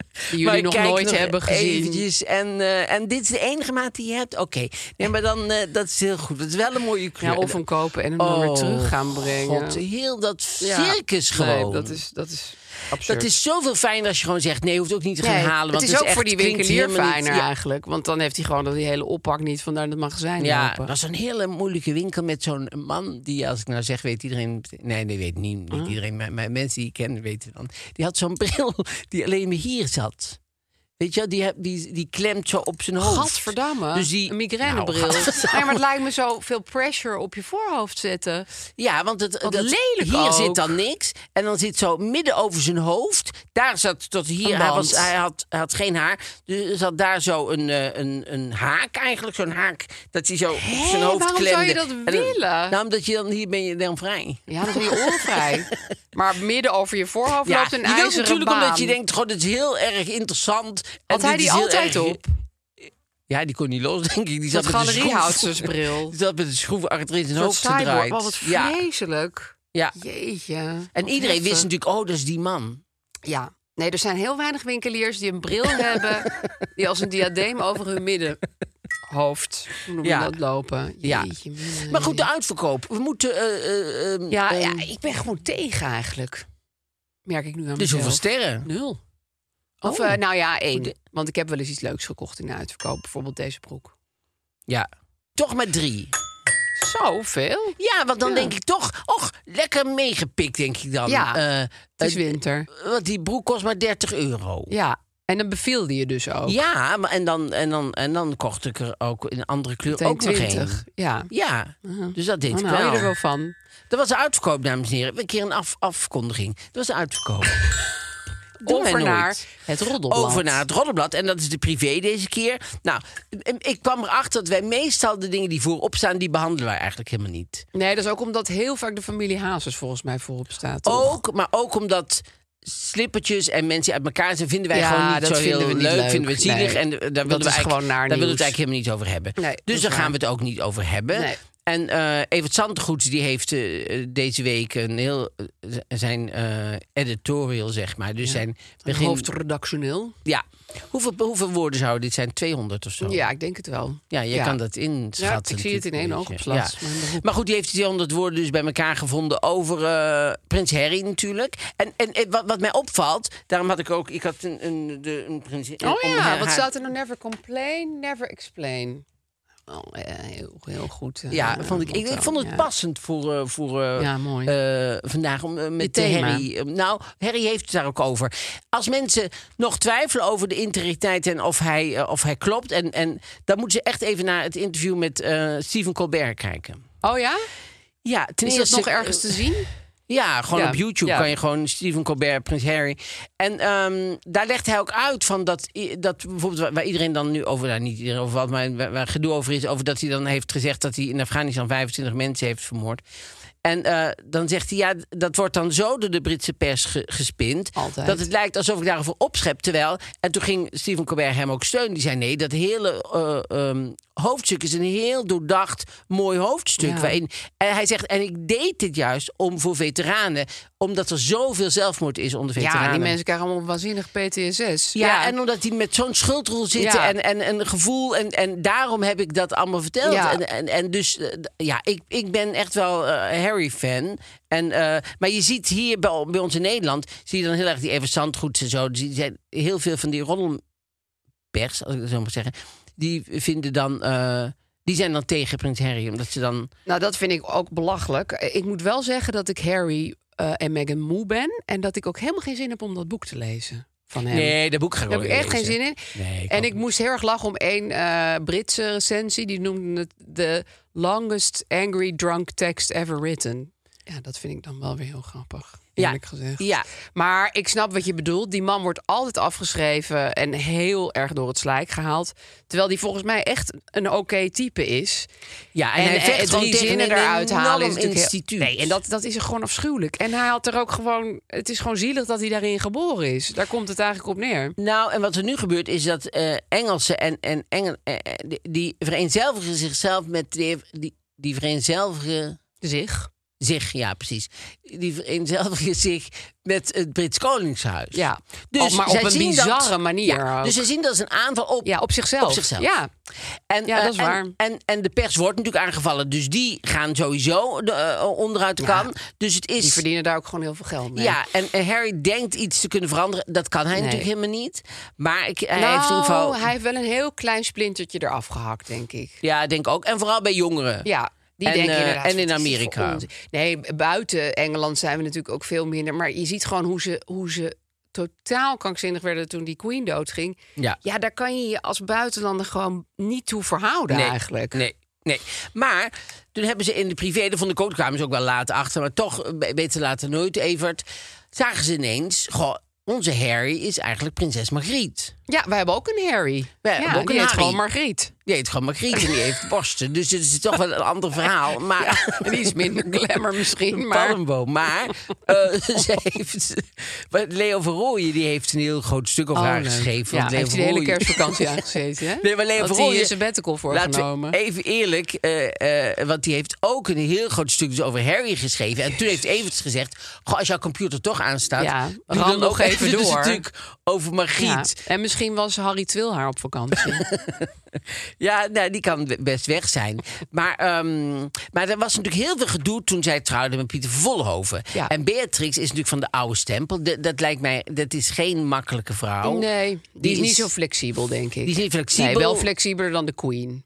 Die jullie Maar nog kijk nooit hebben gezien. Eventjes, en, uh, en dit is de enige maat die je hebt? Oké. Okay. Nee, maar dan, uh, dat is heel goed. Dat is wel een mooie kleur. Ja, of hem kopen en hem oh, dan weer terug gaan brengen. God, heel dat ja. circus gewoon. Nee, dat is, dat is absurd. Dat is zoveel fijner als je gewoon zegt... nee, je hoeft ook niet te gaan nee, halen. Want het is het ook is voor echt, die winkelier fijner ja. eigenlijk. Want dan heeft hij gewoon dat die hele oppak niet van daar in het magazijn Ja, lopen. dat was een hele moeilijke winkel met zo'n man... die, als ik nou zeg, weet iedereen... Nee, nee, weet niet, niet huh? iedereen. Maar, maar mensen die ik ken weten dan. Die had zo'n bril die alleen maar hier zat. Weet je, die, die, die klemt zo op zijn hoofd. Gadverdamme, Dus die, een migrainebril. Nou, nee, maar het lijkt me zo veel pressure op je voorhoofd zetten. Ja, want het, Wat dat, lelijk hier ook. zit dan niks. En dan zit zo midden over zijn hoofd. Daar zat tot hier. Een Hij, band. was, hij, had, hij had geen haar. Dus er zat daar zo een, uh, een, een haak eigenlijk. Zo'n haak dat hij zo Hé, op zijn hoofd waarom klemde. zou je dat En dan- willen? Nou, omdat je dan hier ben je dan vrij. Ja, dan ben je oorvrij. Maar midden over je voorhoofd Ja, loopt een je wilt ijzeren natuurlijk baan. omdat je denkt, god, het is heel erg interessant. En Had hij dit die is heel altijd erg- op? Ja, die kon niet los, denk ik. Die Dat zat met de schroef- galeriehoudstersbril. Die zat met de schroef achter in zijn Een hoofd soort cyborg. gedraaid. Wat wat ja, vreselijk. ja. Jeetje. En wat iedereen heftig. wist natuurlijk, oh, dat is die man. Ja. Nee, er zijn heel weinig winkeliers die een bril hebben... die als een diadeem over hun middenhoofd, hoe noem je Ja. dat, lopen. Ja. Jeetje, mina. Maar goed, de uitverkoop. We moeten... eh, eh, eh, Ja, eh, ja, ik ben gewoon tegen eigenlijk. Merk ik nu aan Dus mezelf. hoeveel sterren? Nul. Of, Oh. eh, nou ja, één. De- Want ik heb wel eens iets leuks gekocht in de uitverkoop. Bijvoorbeeld deze broek. Ja. Toch met drie. Zoveel? Ja, want dan Ja. denk ik toch... Och, lekker meegepikt, denk ik dan. Ja, Eh, Het is eh, winter. Want die broek kost maar dertig euro. Ja. En dan bevielde je dus ook. Ja, maar en dan, en, dan, en dan kocht ik er ook in een andere kleur Meteen ook nog één. twintig. Ja. Ja, dus dat deed Dan ik hou je wel. er wel van. Dat was de uitverkoop, dames en heren. Een keer een af, afkondiging. Dat was de uitverkoop. Doen wij Over naar nooit. het roddelblad. Over naar het Roddelblad. En dat is de privé deze keer. Nou, ik kwam erachter dat wij meestal de dingen die voorop staan... die behandelen wij eigenlijk helemaal niet. Nee, dat is ook omdat heel vaak de familie Hazes volgens mij voorop staat. toch? Ook, maar ook omdat slippertjes en mensen die uit elkaar zijn... vinden wij Ja, gewoon niet dat zo vinden heel we niet leuk. leuk. Vinden we zielig. Nee. En daar willen Dat we is eigenlijk, gewoon naar daar willen we het nieuws. eigenlijk helemaal niet over hebben. Nee, dat dus is daar gaan waar. we het ook niet over hebben. Nee. En uh, Evert Zantegoeds die heeft uh, deze week een heel uh, zijn uh, editorial, zeg maar. Dus zijn begin... Hoofdredactioneel. Ja. Hoeveel, hoeveel woorden zouden dit zijn? tweehonderd of zo? Ja, ik denk het wel. Ja, je Ja. kan dat inschatten. Ja, ik zie het in één natuurlijk een oogopslag. beetje. Mijn beroep. Maar goed, die heeft tweehonderd woorden dus bij elkaar gevonden over uh, Prins Harry natuurlijk. En, en, en wat, wat mij opvalt, daarom had ik ook... Ik had een, een, de, een prins... Oh om ja, haar- wat haar- staat er nou? Never complain, never explain. Oh, eh, heel, heel goed. eh, Ja, vond ik, ik, motto, ik vond het ja. passend voor, uh, voor uh, Ja, mooi. uh, vandaag om, uh, met de thema. Harry. Uh, nou, Harry heeft het daar ook over. Als mensen nog twijfelen over de integriteit en of hij, uh, of hij klopt... En, en, dan moeten ze echt even naar het interview met uh, Stephen Colbert kijken. Oh ja? Ja, ten Is dat eerste, nog ergens te zien? Ja, gewoon Ja, op YouTube ja. kan je gewoon Stephen Colbert, Prins Harry. En um, daar legt hij ook uit van dat, dat bijvoorbeeld waar, waar iedereen dan nu over, nou, niet iedereen over wat, maar waar, waar gedoe over is, over dat hij dan heeft gezegd dat hij in Afghanistan vijfentwintig mensen heeft vermoord. En uh, dan zegt hij, ja, dat wordt dan zo door de Britse pers ge, gespind... Altijd. dat het lijkt alsof ik daarover opschep. Terwijl, en toen ging Stephen Colbert hem ook steunen. Die zei, nee, dat hele uh, um, hoofdstuk is een heel doordacht, mooi hoofdstuk. Ja. Waarin, en hij zegt, en ik deed dit juist om voor veteranen... omdat er zoveel zelfmoord is onder veteranen. Ja, die mensen krijgen allemaal waanzinnig P T S S. Ja, en omdat die met zo'n schuldrol zitten Ja. en, en, en een gevoel... En, en daarom heb ik dat allemaal verteld. Ja. En, en, en dus, uh, ja, ik, ik ben echt wel uh, Harry-fan. En, uh, maar je ziet hier bij, bij ons in Nederland... zie je dan heel erg die Evert Zandgoeds en zo. Die zijn heel veel van die roddelpers, als ik het zo mag zeggen... die vinden dan... Uh, die zijn dan tegen Prins Harry, omdat ze dan... Nou, dat vind ik ook belachelijk. Ik moet wel zeggen dat ik Harry uh, en Meghan moe ben... en dat ik ook helemaal geen zin heb om dat boek te lezen van hem. Nee, dat boek ga ik Daar ook heb ik echt niet geen lezen. zin in. Nee, ik en ook ik niet. moest heel erg lachen om één uh, Britse recensie. Die noemde het the longest angry drunk text ever written. Ja, dat vind ik dan wel weer heel grappig, eerlijk gezegd. Ja. Maar ik snap wat je bedoelt. Die man wordt altijd afgeschreven en heel erg door het slijk gehaald. Terwijl die volgens mij echt een oké okay type is. Ja, en, En, hij en vecht gewoon drie tegen zinnen een eruit halen is enorm natuurlijk heel- instituut. Nee, en dat, dat is er gewoon afschuwelijk. En hij had er ook gewoon... Het is gewoon zielig dat hij daarin geboren is. Daar komt het eigenlijk op neer. Nou, en wat er nu gebeurt is dat uh, Engelsen en, en Engel, uh, die, die vereenzelvigen zichzelf met die, die, die vereenzelvigen Zich. zich, ja precies, die vereenzelvigen zich met het Brits Koningshuis. Ja, dus oh, maar op zij een zien bizarre dat, manier Ja, ook. dus ze zien dat als een aanval op, Ja, op zichzelf. Op zichzelf. Ja. En, Ja, dat is eh, waar. En, en, en de pers wordt natuurlijk aangevallen, dus die gaan sowieso de, uh, onderuit de Ja, kan. Dus het is... Die verdienen daar ook gewoon heel veel geld mee. Ja, en, en Harry denkt iets te kunnen veranderen. Dat kan hij Nee. natuurlijk helemaal niet. Maar ik, hij Nou, heeft in ieder geval... hij heeft wel een heel klein splintertje eraf gehakt, denk ik. Ja, denk ook. En vooral bij jongeren. Ja, die En, denken eh, inderdaad... en in wat is dit Amerika. voor onzin? Nee, buiten Engeland zijn we natuurlijk ook veel minder. Maar je ziet gewoon hoe ze, hoe ze totaal krankzinnig werden toen die Queen doodging. Ja. Ja, daar kan je je als buitenlander gewoon niet toe verhouden nee, eigenlijk. Nee, nee. Maar toen hebben ze in de privé, dat vond ik ook, kwamen ze ook wel later achter, maar toch, beter later nooit, Evert, zagen ze ineens, goh, onze Harry is eigenlijk prinses Margriet. Ja, wij hebben ook een Harry. Wij ja, hebben ook die een heet Harry. gewoon Margriet. Die heet gewoon Margriet en die heeft borsten. Dus het is toch wel een ander verhaal. Maar Ja, en die is minder glamour misschien, maar... Palmboom. Maar uh, ze heeft... maar Leo van Rooyen die heeft een heel groot stuk over Oh, haar leuk. geschreven. Ja, want Leo heeft van hij de hele Rooyen- kerstvakantie aangezeten, hè? Nee, maar Leo Had van hij Rooyen... een sabbatical voor Laten we genomen. even eerlijk, uh, uh, want die heeft ook een heel groot stuk dus over Harry geschreven. En toen heeft Evert gezegd, goh, als jouw computer toch aanstaat... Ja, doe ram dan nog even dus door. natuurlijk over Margriet. Ja, en misschien was Harry Twilhaar op vakantie. Ja, nou, die kan best weg zijn. Maar, um, maar er was natuurlijk heel veel gedoe toen zij trouwde met Pieter Volhoven. Ja. En Beatrix is natuurlijk van de oude stempel. Dat, dat lijkt mij, dat is geen makkelijke vrouw. Nee, die, Die is is- niet zo flexibel, denk ik. Die is niet flexibel. Nee, wel flexibeler dan de Queen.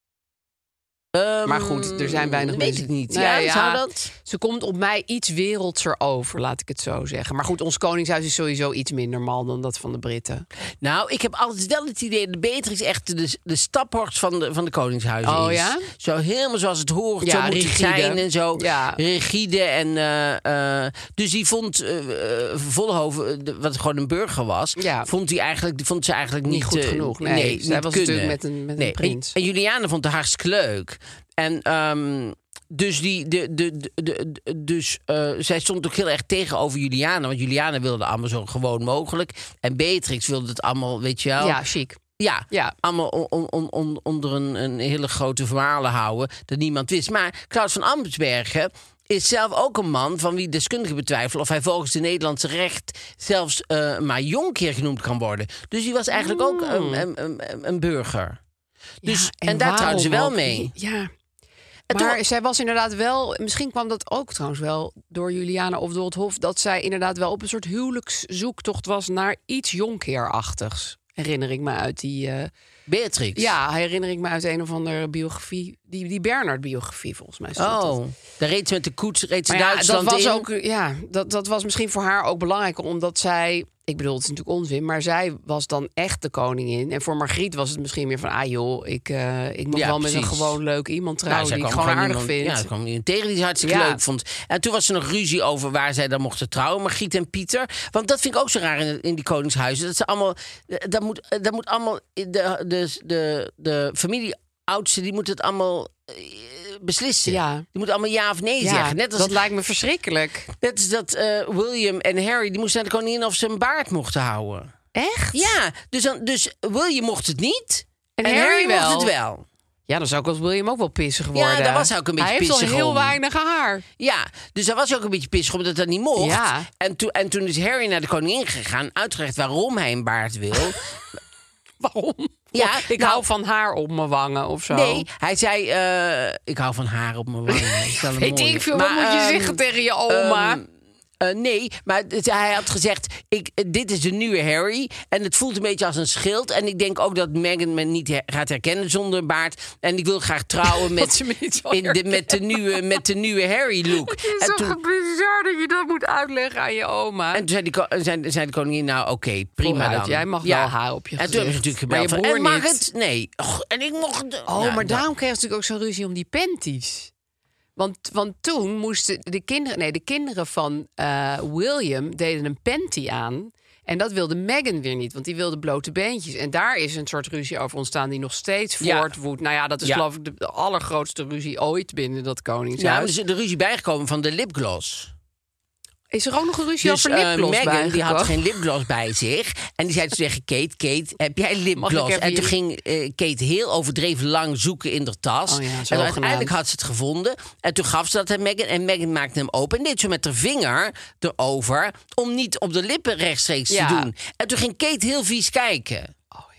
Um, Maar goed, er zijn weinig weet mensen... ik niet. Nee, ja, zou dat? Ze komt op mij iets wereldser over, laat ik het zo zeggen. Maar goed, ons koningshuis is sowieso iets minder mal dan dat van de Britten. Nou, ik heb altijd wel het idee dat Beatrix echt de, de staphorst van de, van de koningshuizen Oh, is. ja? Zo helemaal zoals het hoort, Ja, zo moet rigide. het zijn en zo. Ja. Rigide. En, eh, eh, dus die vond uh, Volhoven, uh, de- wat gewoon een burger was, Ja. vond, die eigenlijk, die vond ze eigenlijk niet, Niet goed eh, genoeg, nee. Zij niet was kunnen. natuurlijk met een- met een nee. prins. En, en Juliana vond het hartstikke leuk. En ehm, dus, die, de, de, de, de, de- dus eh, zij stond ook heel erg tegenover Juliana. Want Juliana wilde allemaal zo gewoon mogelijk. En Beatrix wilde het allemaal, weet je wel. Ja, chic. Ja, Ja. allemaal on- on- on- on- onder een, een hele grote verhalen houden. Dat niemand wist. Maar Klaus van Amsbergen is zelf ook een man van wie deskundigen betwijfelen of hij volgens de Nederlandse recht zelfs eh, maar jonkheer genoemd kan worden. Dus die was eigenlijk ook een, een, een, een burger. Dus, Ja, en, daar trouwden ze wel waarom ook? mee. Ja. En Maar toen- zij was inderdaad wel... Misschien kwam dat ook trouwens wel door Juliana of door het Hof... dat zij inderdaad wel op een soort huwelijkszoektocht was... naar iets jonkheerachtigs. Herinner ik me uit die... eh, Beatrix. ja, herinner ik me uit een of andere biografie. Die, die Bernard-biografie, volgens mij. stond dat. Oh, daar reed ze met de koets, reed ze Maar ja, dat Duitsland was in. ook, ja, dat, dat was misschien voor haar ook belangrijk, omdat zij, ik bedoel, het is natuurlijk onzin, maar zij was dan echt de koningin. En voor Margriet was het misschien meer van, ah joh, ik, uh, ik mag Ja, wel met een precies. gewoon leuk iemand Nou, trouwen zij die ik kwam gewoon aardig iemand, vind. Ja, er kwam iemand tegen die ze hartstikke Ja. leuk vond. En toen was er nog ruzie over waar zij dan mochten trouwen, Margriet en Pieter. Want dat vind ik ook zo raar in, in die koningshuizen. Dat ze allemaal, dat moet, dat moet allemaal, de, de, de, de familie oudste, die moet het allemaal eh, beslissen. Ja. Die moeten allemaal ja of nee Ja, zeggen. Net als dat lijkt me verschrikkelijk. net als dat eh, William en Harry, die moesten naar de koningin of ze een baard mochten houden. Echt? Ja, dus, dan, dus William mocht het niet. En En, Harry Harry mocht wel. het wel. Ja, dan zou ik als William ook wel pissig worden. Ja, daar was hij ook een beetje Hij heeft al pissig heel om. weinig haar. Ja, dus daar was hij ook een beetje pissig omdat dat niet mocht. Ja. En, toen en toen is Harry naar de koningin gegaan, uitgelegd waarom hij een baard wil. Waarom? Ja, ik nou- hou van haar op mijn wangen of zo. Nee, hij zei, eh, ik hou van haar op mijn wangen. Dat is wel een Weet mooie. ik veel, wat Maar, moet je ehm, zeggen tegen je oma? ehm, eh, nee, maar het- hij had gezegd, ik, eh, dit is de nieuwe Harry. En het voelt een beetje als een schild. En ik denk ook dat Meghan me niet her- gaat herkennen zonder baard. En ik wil graag trouwen met, ze me niet zal in de, met, de nieuwe, met de nieuwe Harry-look. Het is En zo toen, bizar dat je dat moet uitleggen aan je oma. En toen zei, die, ko- zei, zei de koningin, nou oké, prima Vooruit, dan. jij mag wel haar op je En toen hebben ze gezicht. natuurlijk gebeld. Maar je van, broer en mag niet. het? Nee. Och, en ik mocht... Oh, Nou, maar dat- daarom kreeg ze natuurlijk ook zo'n ruzie om die panties. Want, want toen moesten de kinderen... Nee, de kinderen van eh, William deden een panty aan. En dat wilde Meghan weer niet, want die wilde blote beentjes. En daar is een soort ruzie over ontstaan die nog steeds Ja. voortwoedt. Nou ja, dat is Ja. geloof ik de allergrootste ruzie ooit binnen dat Ja, koningshuis. er is de ruzie bijgekomen van de lipgloss. Is er ook nog een ruzie Dus over eh, lipgloss Meghan die had bijgekomen? geen lipgloss bij zich. En die zei toen tegen Kate, Kate, heb jij Mag lipgloss? ik even En toen je- ging eh, Kate heel overdreven lang zoeken in haar tas. Oh ja, en zogenaamd. uiteindelijk had ze het gevonden. En toen gaf ze dat aan Meghan. En Meghan maakte hem open en deed zo met haar vinger erover... om niet op de lippen rechtstreeks Ja. te doen. En toen ging Kate heel vies kijken.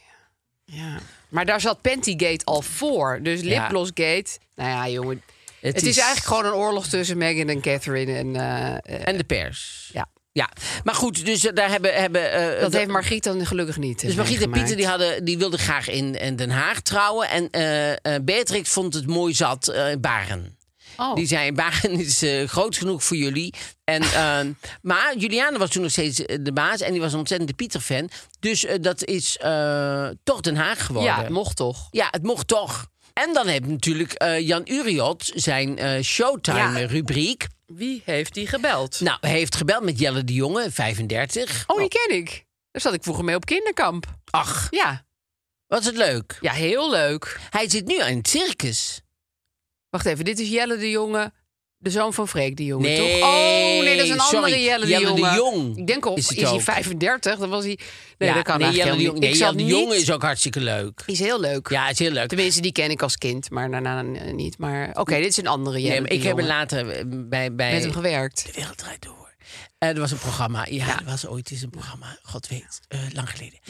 Ja. Maar daar zat Pantygate al voor. Dus Ja. lipglossgate. Nou ja, jongen. Het, Het is... is- eigenlijk gewoon een oorlog tussen Meghan en Catherine. En, eh, eh, En de pers. ja. Ja, maar goed, dus eh, daar hebben... hebben eh, Dat da- heeft Margriet dan gelukkig niet. Dus Margriet en Pieter die hadden, die wilden graag in, in Den Haag trouwen. En eh, eh, Beatrix vond het mooi zat eh Baren. Oh. Die zei, Baren is eh, groot genoeg voor jullie. En, eh, maar Juliane was toen nog steeds eh, de baas. En die was een ontzettende Pieter-fan. Dus eh, dat is eh, toch Den Haag geworden. Ja, het mocht toch. Ja, het mocht toch. En dan heb je natuurlijk eh, Jan Uriot, zijn eh, Ja. Showtime-rubriek. Wie heeft die gebeld? Nou, hij heeft gebeld met Jelle de Jonge, vijfendertig. Oh, die ken ik. Daar zat ik vroeger mee op kinderkamp. Ach, Ja, wat is het leuk. ja heel leuk. Hij zit nu aan het circus. Wacht even, dit is Jelle de Jonge, de zoon van Freek de Jonge, Nee, toch? Oh, nee, dat is een sorry. andere Jelle de Jelle de Jonge. Jong Ik denk al, is is, het hij ook. vijfendertig? Dan was hij... Nee, Ja, dat kan nee, eigenlijk Jelle de helemaal Jong, niet. nee, Ik Jelle zat de niet... Jonge is ook hartstikke leuk. Die is heel leuk. Ja, is heel leuk. Tenminste, die ken ik als kind, maar daarna eh, niet. Maar oké, dit is een andere Jelle Nee, maar de ik heb er Jonge. later eh, bij, bij Met hem gewerkt. De Wereld Draait Door. Eh, er was een programma. Ja, er was ooit eens een programma. God weet, eh, lang geleden.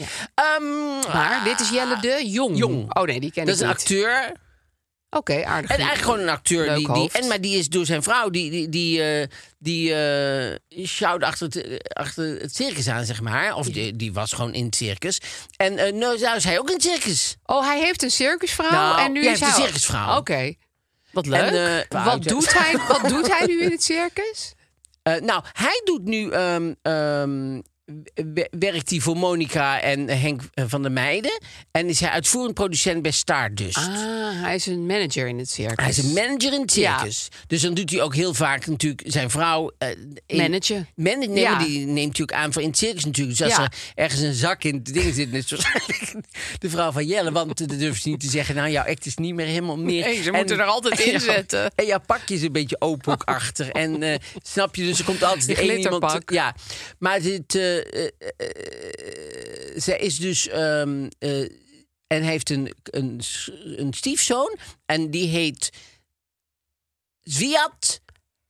Ehm, Maar dit is Jelle de Jong. Jong. Oh nee, die ken dat is ik een niet. acteur. Oké, aardig. En eigenlijk gewoon een acteur. Leuk Die, die, hoofd. en, maar die is door zijn vrouw, die, die, die, eh, die eh, sjouwde achter het, eh, achter het circus aan, zeg maar. Of die, die was gewoon in het circus. En eh, nou, nou is hij ook in het circus. Oh, hij heeft een circusvrouw Nou, en nu jij is heeft hij... een circusvrouw. Oké. Wat leuk. En, eh, wat, doet hij, wat doet hij nu in het circus? Eh, nou, hij doet nu. ehm, ehm, w- werkt hij voor Monica en Henk van der Meijden. En is hij uitvoerend producent bij Stardust. Ah, hij is een manager in het circus. Hij is een manager in het Ja. circus. Dus dan doet hij ook heel vaak natuurlijk zijn vrouw... eh, in- Managen. Man, nee, Ja. maar die neemt natuurlijk aan voor in het circus natuurlijk. Dus als Ja. er ergens een zak in het ding zit... is waarschijnlijk de vrouw van Jelle. Want dan durft ze niet te zeggen... nou, jouw act is niet meer helemaal meer... Nee, ze moeten er altijd in en jou- zetten. En jouw pakje is een beetje open ook achter. En eh, snap je, dus er komt altijd Die één iemand... glitterpak. Ja, maar dit, eh, eh, eh, zij is dus... ehm, eh, en heeft een, een, een stiefzoon. En die heet... Zviad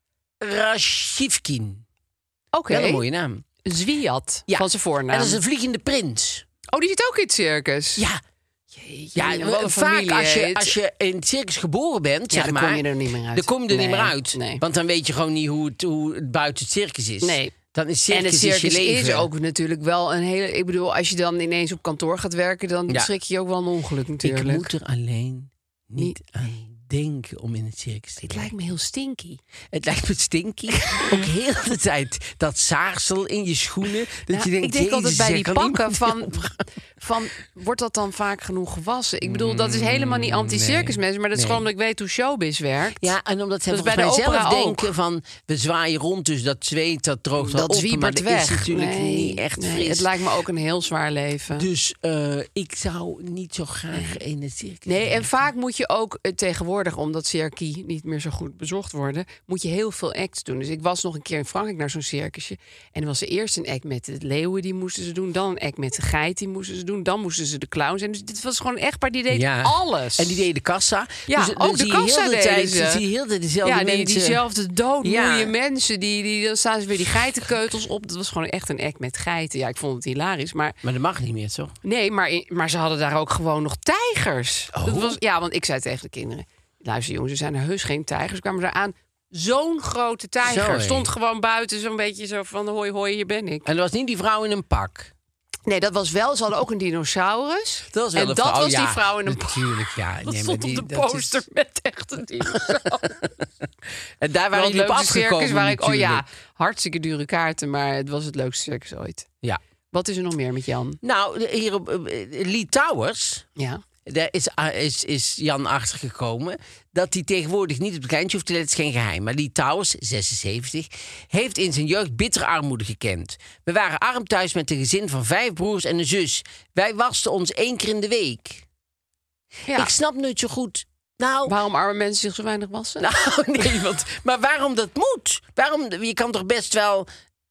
Rashivkin. Oké. Wel een mooie naam. Zwiat, Ja. van zijn voornaam. En dat is een vliegende prins. Oh, die zit ook in het circus? Ja, Jeetje, ja wat een vaak familie, als je, hè. als je in het circus geboren bent, Ja, zeg dan maar, kom je er niet meer uit. Dan kom je er niet Nee, meer uit. nee. Want dan weet je gewoon niet hoe het, hoe het buiten het circus is. Nee. Dan is En circus, het circus is je leven. is ook natuurlijk wel een hele... Ik bedoel, als je dan ineens op kantoor gaat werken... dan Ja. schrik je ook wel een ongeluk Ik natuurlijk. moet er alleen niet, Niet- aan denken om in het circus te Het werken. lijkt me heel stinky. Het lijkt me stinky. Ook heel de tijd dat zaagsel in je schoenen. Dat Nou, je denkt, ik denk altijd Jezus, bij zeg, die kan pakken iemand van, hierop gaan? van... Wordt dat dan vaak genoeg gewassen? Ik bedoel, dat is helemaal niet anti-circus mensen... maar dat is nee. gewoon omdat ik weet hoe showbiz werkt. Ja, en omdat ze Dat is volgens bij mij de zelf opera ook. denken van... we zwaaien rond, dus dat zweet, dat droogt wel dat op. Maar zwiebert dat weg. is natuurlijk nee, niet echt nee, fris. Het lijkt me ook een heel zwaar leven. Dus eh, ik zou niet zo graag in het circus Nee, en werken. vaak moet je ook eh, tegenwoordig, omdat circi niet meer zo goed bezocht worden, moet je heel veel acts doen. Dus ik was nog een keer in Frankrijk naar zo'n circusje. En er was er eerst een act met de leeuwen, die moesten ze doen. Dan een act met de geit, die moesten ze doen. Dan moesten ze de clown zijn. Dus dit was gewoon een echtpaar, die deed Ja. alles. En die deden de kassa. Ja, dus, dan ook de zie kassa je heel de deden tijd, ze. zie je heel de tijd dezelfde ja, die, mensen. diezelfde doodmoeie Ja. mensen. Die, die, dan staan ze weer die geitenkeutels op. Dat was gewoon echt een act met geiten. Ja, ik vond het hilarisch. Maar Maar dat mag niet meer, toch? nee, maar, in- maar ze hadden daar ook gewoon nog tijgers. Oh. Dat was, ja, want ik zei tegen de kinderen... Luister jongens, er zijn er heus geen tijgers. Ze kwamen eraan. Zo'n grote tijger. Zo, hé. Stond gewoon buiten zo'n beetje zo van... hoi, hoi, hier ben ik. En dat was niet die vrouw in een pak. Nee, dat was wel... Ze hadden ook een dinosaurus. Dat was wel en een dat vrouw. was ja, die vrouw in een pak. Natuurlijk, ja. Dat Nee, maar stond die, op de dat is- poster met echt een dinosaurus. En daar Wel waren het jullie op leukste circus afgekomen waar ik... Oh ja, natuurlijk. hartstikke dure kaarten. Maar het was het leukste circus ooit. Ja. Wat is er nog meer met Jan? Nou, de- hier op eh, Lee Towers... Ja. Daar is, ah, is, is Jan achtergekomen dat hij tegenwoordig niet op het kleintje hoeft te letten. Het is geen geheim. Maar Lee Towers, zesenzeventig, heeft in zijn jeugd bittere armoede gekend. We waren arm thuis met een gezin van vijf broers en een zus. Wij wasten ons één keer in de week. ja. Ik snap nooit zo goed Nou, Waarom arme mensen zich zo weinig wassen? nou nee, want, maar waarom dat moet? Waarom, je kan toch best wel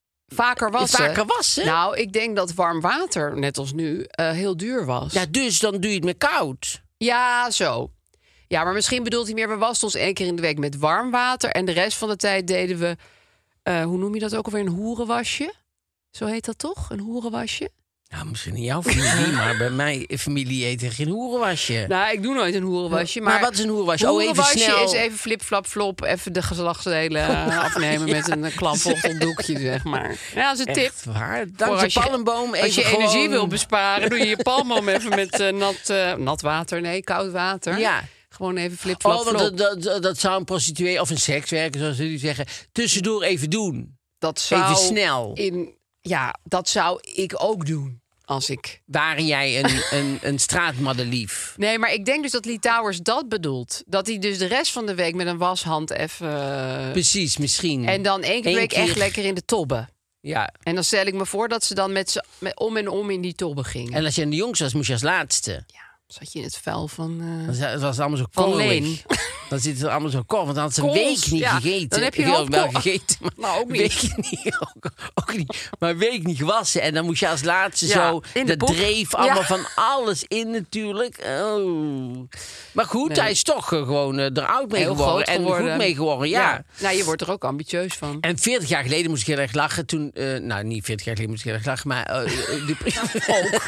vaker wassen. vaker wassen? Nou, ik denk dat warm water, net als nu, uh, heel duur was. Ja, dus dan doe je het met koud. Ja, zo. Ja, maar misschien bedoelt hij meer... we wasten ons één keer in de week met warm water... en de rest van de tijd deden we... Uh, hoe noem je dat ook alweer? Een hoerenwasje? Zo heet dat toch? Een hoerenwasje? Nou, misschien in jouw familie, maar bij mij familie eet er geen hoerenwasje. Nou, ik doe nooit een hoerenwasje. Maar, maar wat is een hoerenwasje? Hoerenwasje oh, even snel. is even flip, flap, flop. Even de geslachtsdelen uh, afnemen ja. met een klampvochtig doekje, zeg maar. Ja, dat is een tip. Echt waar? Dank je palmboom. Als je gewoon... energie wil besparen, doe je je palmboom even met uh, nat, uh, nat water. Nee, koud water. Ja. Gewoon even flip, flap, oh, flop. Dat, dat, dat, dat zou een prostituee of een sekswerker, zoals jullie zeggen, tussendoor even doen. Dat zou even snel. In, ja, dat zou ik ook doen. Als ik... Waren jij een, een, een straatmadelief? Nee, maar ik denk dus dat Lee Towers dat bedoelt. Dat hij dus de rest van de week met een washand even... Precies, misschien. En dan één keer per week keer... echt lekker in de tobbe. Ja. En dan stel ik me voor dat ze dan met ze met om en om in die tobbe ging. En als je aan de jongste was, moest je als laatste. Ja, zat je in het vuil van... Uh, het was allemaal zo korrelig. Dan zit het allemaal zo kort, want dan had ze een week niet ja, gegeten. Dan heb je wel wel gegeten, maar nou, ook niet. Week niet ook, ook niet. Maar een week niet gewassen. En dan moest je als laatste ja, zo... dat de dreef allemaal ja. van alles in natuurlijk. Oh. Maar goed, nee. hij is toch uh, gewoon uh, eruit mee Heel geworden. En geworden. goed mee geworden, ja. ja. Nou, je wordt er ook ambitieus van. En veertig jaar geleden moest ik heel erg lachen. Toen, uh, nou, niet veertig jaar geleden moest ik heel erg lachen, maar... Uh, de, ook.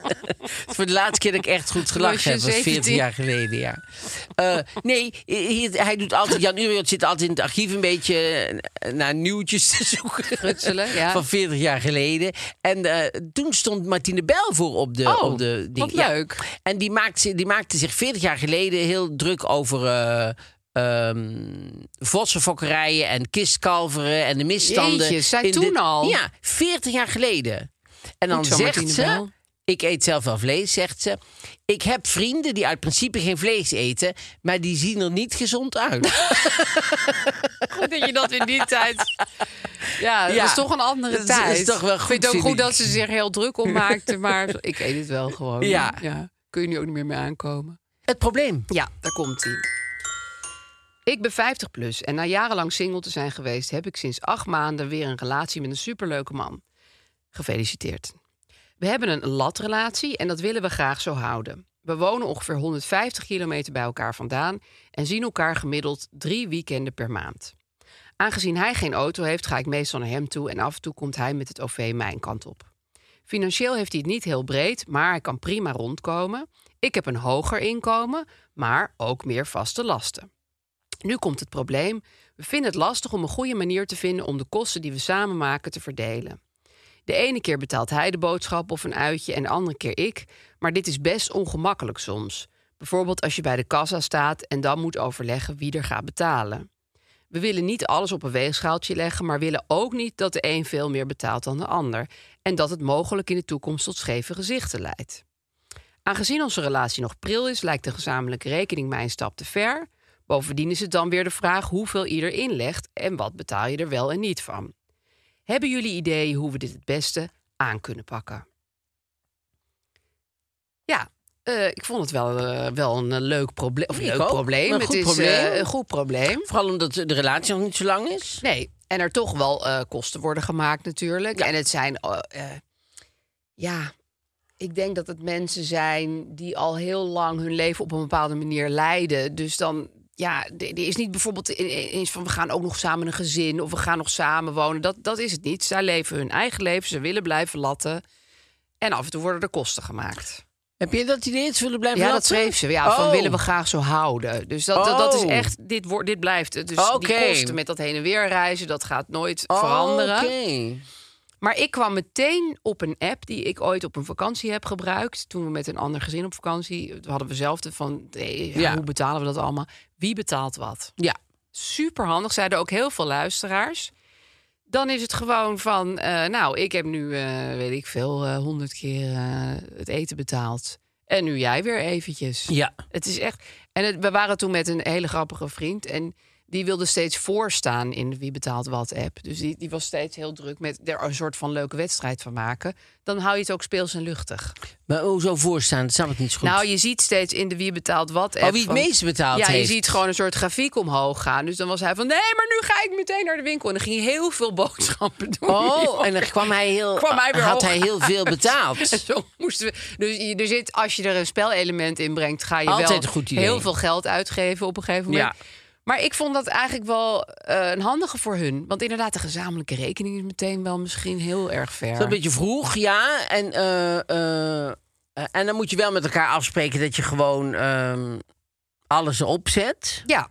Voor de laatste keer dat ik echt goed gelachen heb, was veertig jaar geleden, ja. Uh, nee, hier, hij doet altijd... Jan Uriot zit altijd in het archief een beetje naar nieuwtjes te zoeken. Rutselen, ja. Van veertig jaar geleden. En uh, toen stond Martine Bijl voor op de... Oh, op de ding. wat leuk. Ja. En die maakte, die maakte zich veertig jaar geleden heel druk over... Uh, Um, vossenfokkerijen en kistkalveren en de misstanden. Jeetje, zij in toen de, al? Ja, veertig jaar geleden. En dan zo, zegt Martine ze... Bijl. Ik eet zelf wel vlees, zegt ze. Ik heb vrienden die uit principe geen vlees eten... maar die zien er niet gezond uit. Goed dat je dat in die tijd... Ja, dat ja, was toch een andere dat tijd. is toch wel goed, ik vind het ook vind goed ik. dat ze zich heel druk om maakte... maar ik eet het wel gewoon. Ja. ja. Kun je nu ook niet meer mee aankomen. Het probleem. Ja, daar komt ie. Ik ben vijftig plus en na jarenlang single te zijn geweest... heb ik sinds acht maanden weer een relatie met een superleuke man. Gefeliciteerd. We hebben een latrelatie en dat willen we graag zo houden. We wonen ongeveer honderdvijftig kilometer bij elkaar vandaan... en zien elkaar gemiddeld drie weekenden per maand. Aangezien hij geen auto heeft, ga ik meestal naar hem toe... en af en toe komt hij met het O V mijn kant op. Financieel heeft hij het niet heel breed, maar hij kan prima rondkomen. Ik heb een hoger inkomen, maar ook meer vaste lasten. Nu komt het probleem. We vinden het lastig om een goede manier te vinden... om de kosten die we samen maken te verdelen. De ene keer betaalt hij de boodschap of een uitje en de andere keer ik. Maar dit is best ongemakkelijk soms. Bijvoorbeeld als je bij de kassa staat en dan moet overleggen wie er gaat betalen. We willen niet alles op een weegschaaltje leggen... maar willen ook niet dat de een veel meer betaalt dan de ander... en dat het mogelijk in de toekomst tot scheve gezichten leidt. Aangezien onze relatie nog pril is... lijkt de gezamenlijke rekening mij een stap te ver. Bovendien is het dan weer de vraag hoeveel ieder inlegt... en wat betaal je er wel en niet van. Hebben jullie ideeën hoe we dit het beste aan kunnen pakken? Ja, uh, ik vond het wel, uh, wel een uh, leuk probleem. Of een leuk ook. probleem. Een het goed is probleem. Uh, een goed probleem. Vooral omdat de relatie nog niet zo lang is. Nee, en er toch wel uh, kosten worden gemaakt natuurlijk. Ja. En het zijn... Uh, uh, ja, ik denk dat het mensen zijn die al heel lang hun leven op een bepaalde manier leiden. Dus dan... Ja, er is niet bijvoorbeeld eens van we gaan ook nog samen een gezin... of we gaan nog samen wonen. Dat, dat is het niet. Zij leven hun eigen leven. Ze willen blijven latten. En af en toe worden er kosten gemaakt. Heb je dat idee? Ze willen blijven ja, latten? dat schreef ze. Ja, oh. van willen we graag zo houden. Dus dat, oh. dat, dat is echt... Dit, wordt, dit blijft het. Dus okay. die kosten met dat heen en weer reizen... dat gaat nooit oh, veranderen. Okay. Maar ik kwam meteen op een app die ik ooit op een vakantie heb gebruikt. Toen we met een ander gezin op vakantie... hadden we zelf de van, hey, ja, ja. hoe betalen we dat allemaal? Wie betaalt wat? Ja. Superhandig, zeiden ook heel veel luisteraars. Dan is het gewoon van... Uh, nou, ik heb nu, uh, weet ik veel, honderd uh, keer uh, het eten betaald. En nu jij weer eventjes. Ja. Het is echt... En het, we waren toen met een hele grappige vriend... en die wilde steeds voorstaan in de Wie Betaalt Wat app. Dus die, die was steeds heel druk met er een soort van leuke wedstrijd van maken. Dan hou je het ook speels en luchtig. Maar hoezo voorstaan? Dat snap ik niet zo goed. Nou, je ziet steeds in de Wie Betaalt Wat app... Oh, wie het van, meeste betaald ja, heeft. je ziet gewoon een soort grafiek omhoog gaan. Dus dan was hij van, nee, maar nu ga ik meteen naar de winkel. En dan ging hij heel veel boodschappen doen. Oh, en dan kwam hij heel, Kwam hij weer had hoog. hij heel veel betaald. En zo moesten we. Dus je- er zit, als je er een spelelement in brengt, ga je Altijd wel een goed idee. heel veel geld uitgeven op een gegeven moment. Ja. Maar ik vond dat eigenlijk wel eh, een handige voor hun. Want inderdaad, de gezamenlijke rekening is meteen wel misschien heel erg ver. Dat is een beetje vroeg, ja. En, eh, eh, eh, en dan moet je wel met elkaar afspreken dat je gewoon ehm, alles erop zet. Ja,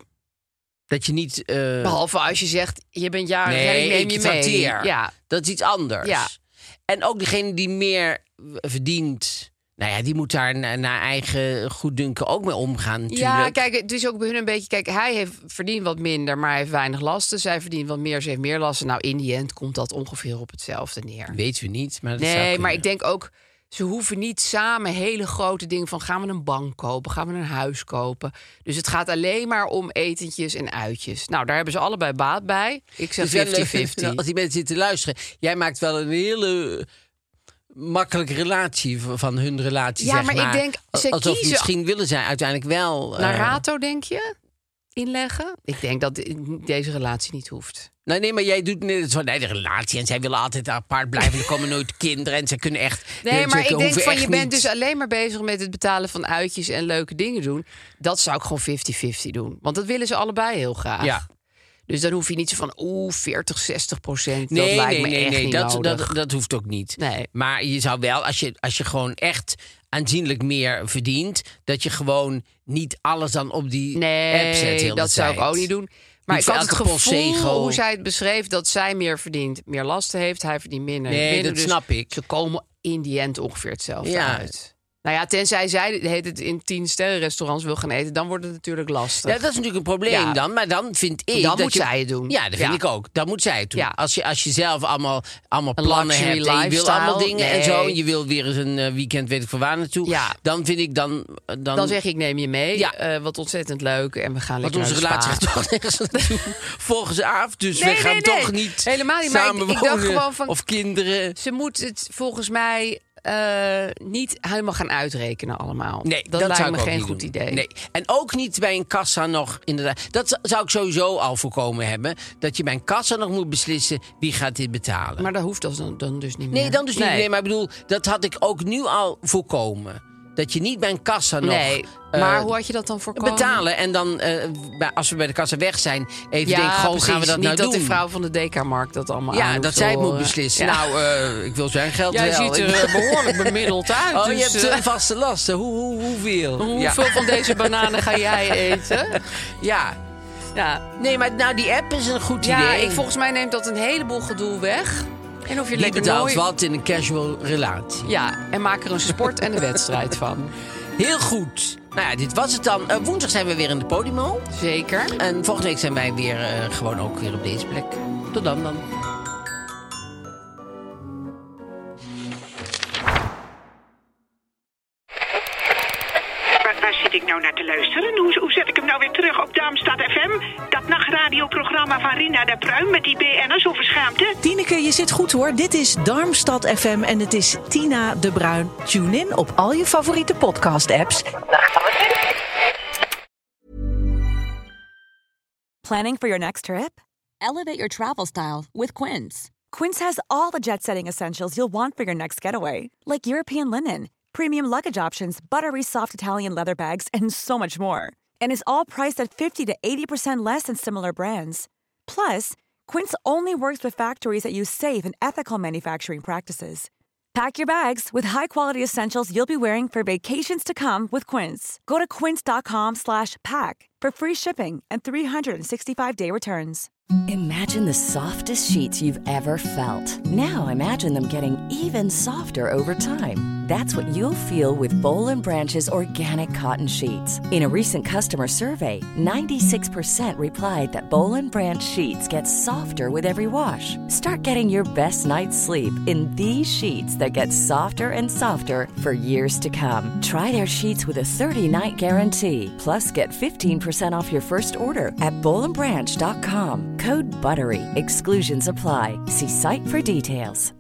Dat je niet... eh, behalve als je zegt, je bent jarig en nee, ik neem ik je mee. trakteer. Ja, Dat is iets anders. Ja. En ook degene die meer verdient... Nou ja, die moet daar naar, naar eigen goeddunken ook mee omgaan natuurlijk. ja, kijk, het is ook bij hun een beetje... Kijk, hij heeft, verdient wat minder, maar hij heeft weinig lasten. Zij verdient wat meer, ze heeft meer lasten. Nou, in die end komt dat ongeveer op hetzelfde neer. Weten we niet, maar dat zou Nee, kunnen. maar ik denk ook, ze hoeven niet samen hele grote dingen van... gaan we een bank kopen, gaan we een huis kopen. Dus het gaat alleen maar om etentjes en uitjes. Nou, daar hebben ze allebei baat bij. Ik zeg Dus wel leuk, vijftig vijftig. als die mensen zitten luisteren... jij maakt wel een hele makkelijke relatie v- van hun relatie, Ja, zeg maar ik denk, ze alsof kiezen- misschien willen zij uiteindelijk wel... eh, Naar Rato, denk je? Inleggen? Ik denk dat deze relatie niet hoeft. Nee, nee, maar jij doet net zo, nee, de relatie. En zij willen altijd apart blijven. Er komen nooit kinderen. En ze kunnen echt... Nee, ze maar ik denk hoeven van echt je bent niet- dus alleen maar bezig met het betalen van uitjes en leuke dingen doen. Dat zou ik gewoon vijftig vijftig doen. Want dat willen ze allebei heel graag. Ja. Dus dan hoef je niet zo van, oeh, veertig, zestig procent. Nee, dat lijkt nee, me nee, echt nee, niet dat, nodig. dat, dat hoeft ook niet. Nee. Maar je zou wel, als je, als je gewoon echt aanzienlijk meer verdient... dat je gewoon niet alles dan op die app zet Nee, heel de dat zou ik tijd. ook niet doen. Maar Niet ik voor had het elke gevoel, postzegel. hoe zij het beschreef, dat zij meer verdient, meer lasten heeft. Hij verdient minder. Nee, minder, dat dus snap ik. Ze komen in die end ongeveer hetzelfde Ja. uit. Nou ja, tenzij zij heet het in tien sterren restaurants wil gaan eten, dan wordt het natuurlijk lastig. Ja, dat is natuurlijk een probleem Ja. dan. Maar dan vind ik Dan dat moet je... zij het doen. Ja, dat vind Ja. ik ook. Dat moet zij het doen. Ja. Als, je, als je zelf allemaal, allemaal Een plannen luxury hebt... en je wil lifestyle, allemaal dingen en zo... nee. en je wil weer eens een eh, weekend, weet ik voor waar naartoe... Ja. dan vind ik dan... Dan, Dan zeg ik, neem je mee. Ja. Eh, wat ontzettend leuk. En we gaan want lekker onze naar de relatie spa. gaat toch nergens naartoe volgens af. Dus Nee, we gaan nee, nee. toch niet Helemaal niet, maar ik- samen ik dacht wonen gewoon van- of kinderen. Ze moet het volgens mij eh, niet helemaal gaan uitrekenen allemaal. Nee, dat, dat, lijkt zou me ik ook geen niet goed doen. idee. Nee. En ook niet bij een kassa nog, inderdaad. Dat z- zou ik sowieso al voorkomen hebben. Dat je bij een kassa nog moet beslissen wie gaat dit betalen. Maar dat hoeft dan, dan dus niet meer. nee, dan dus niet. Nee. Nee, maar ik bedoel, dat had ik ook nu al voorkomen. Dat je niet bij een kassa nog Nee, eh, maar hoe had je dat dan voorkomen? betalen. En dan, eh, bij- als we bij de kassa weg zijn, even Ja, denken, gewoon precies. gaan we dat niet nou dat doen? de vrouw van de D K-markt dat allemaal aan Ja, hoeft dat te zij het moet horen. beslissen. Ja. Nou, eh, ik wil zijn geld Jij wel. ziet er eh, behoorlijk bemiddeld uit. Oh, dus, je hebt eh, eh, vaste lasten. Hoe, hoe, hoeveel? hoeveel Ja. van deze bananen ga jij eten? Ja. Ja, Nee, maar nou, die app is een goed ja idee. ik, volgens mij neemt dat een heleboel gedoe weg. En hoef je Die lekker betaalt nooit... wat in een casual relatie. Ja, en maak er een sport en een wedstrijd van. Heel goed. Nou ja, dit was het dan. Eh, woensdag zijn we weer in de Podimo. Zeker. En volgende week zijn wij weer eh, gewoon ook weer op deze plek. Tot dan dan. Waar, waar zit ik nou naar te luisteren? Hoe, hoe zet ik hem nou weer terug op Darmstad F M? Dat nachtradioprogramma van Rina de Pruim met die B N'ers over schaamte? Tineke, je zit goed hoor. Dit is Darmstad F M en het is Tina de Bruin. Tune in op al je favoriete podcast-apps. Planning for your next trip? Elevate your travel style with Quince. Quince has all the jet-setting essentials you'll want for your next getaway, like European linen, premium luggage options, buttery soft Italian leather bags, and so much more. And is all priced at fifty to eighty percent less than similar brands. Plus, Quince only works with factories that use safe and ethical manufacturing practices. Pack your bags with high-quality essentials you'll be wearing for vacations to come with Quince. Go to quince.com slash pack for free shipping and three sixty-five day returns. Imagine the softest sheets you've ever felt. Now imagine them getting even softer over time. That's what you'll feel with Bowl and Branch's organic cotton sheets. In a recent customer survey, ninety-six percent replied that Bowl and Branch sheets get softer with every wash. Start getting your best night's sleep in these sheets that get softer and softer for years to come. Try their sheets with a thirty night guarantee. Plus, get fifteen percent percent off your first order at bowl and branch dot com. Code BUTTERY. Exclusions apply. See site for details.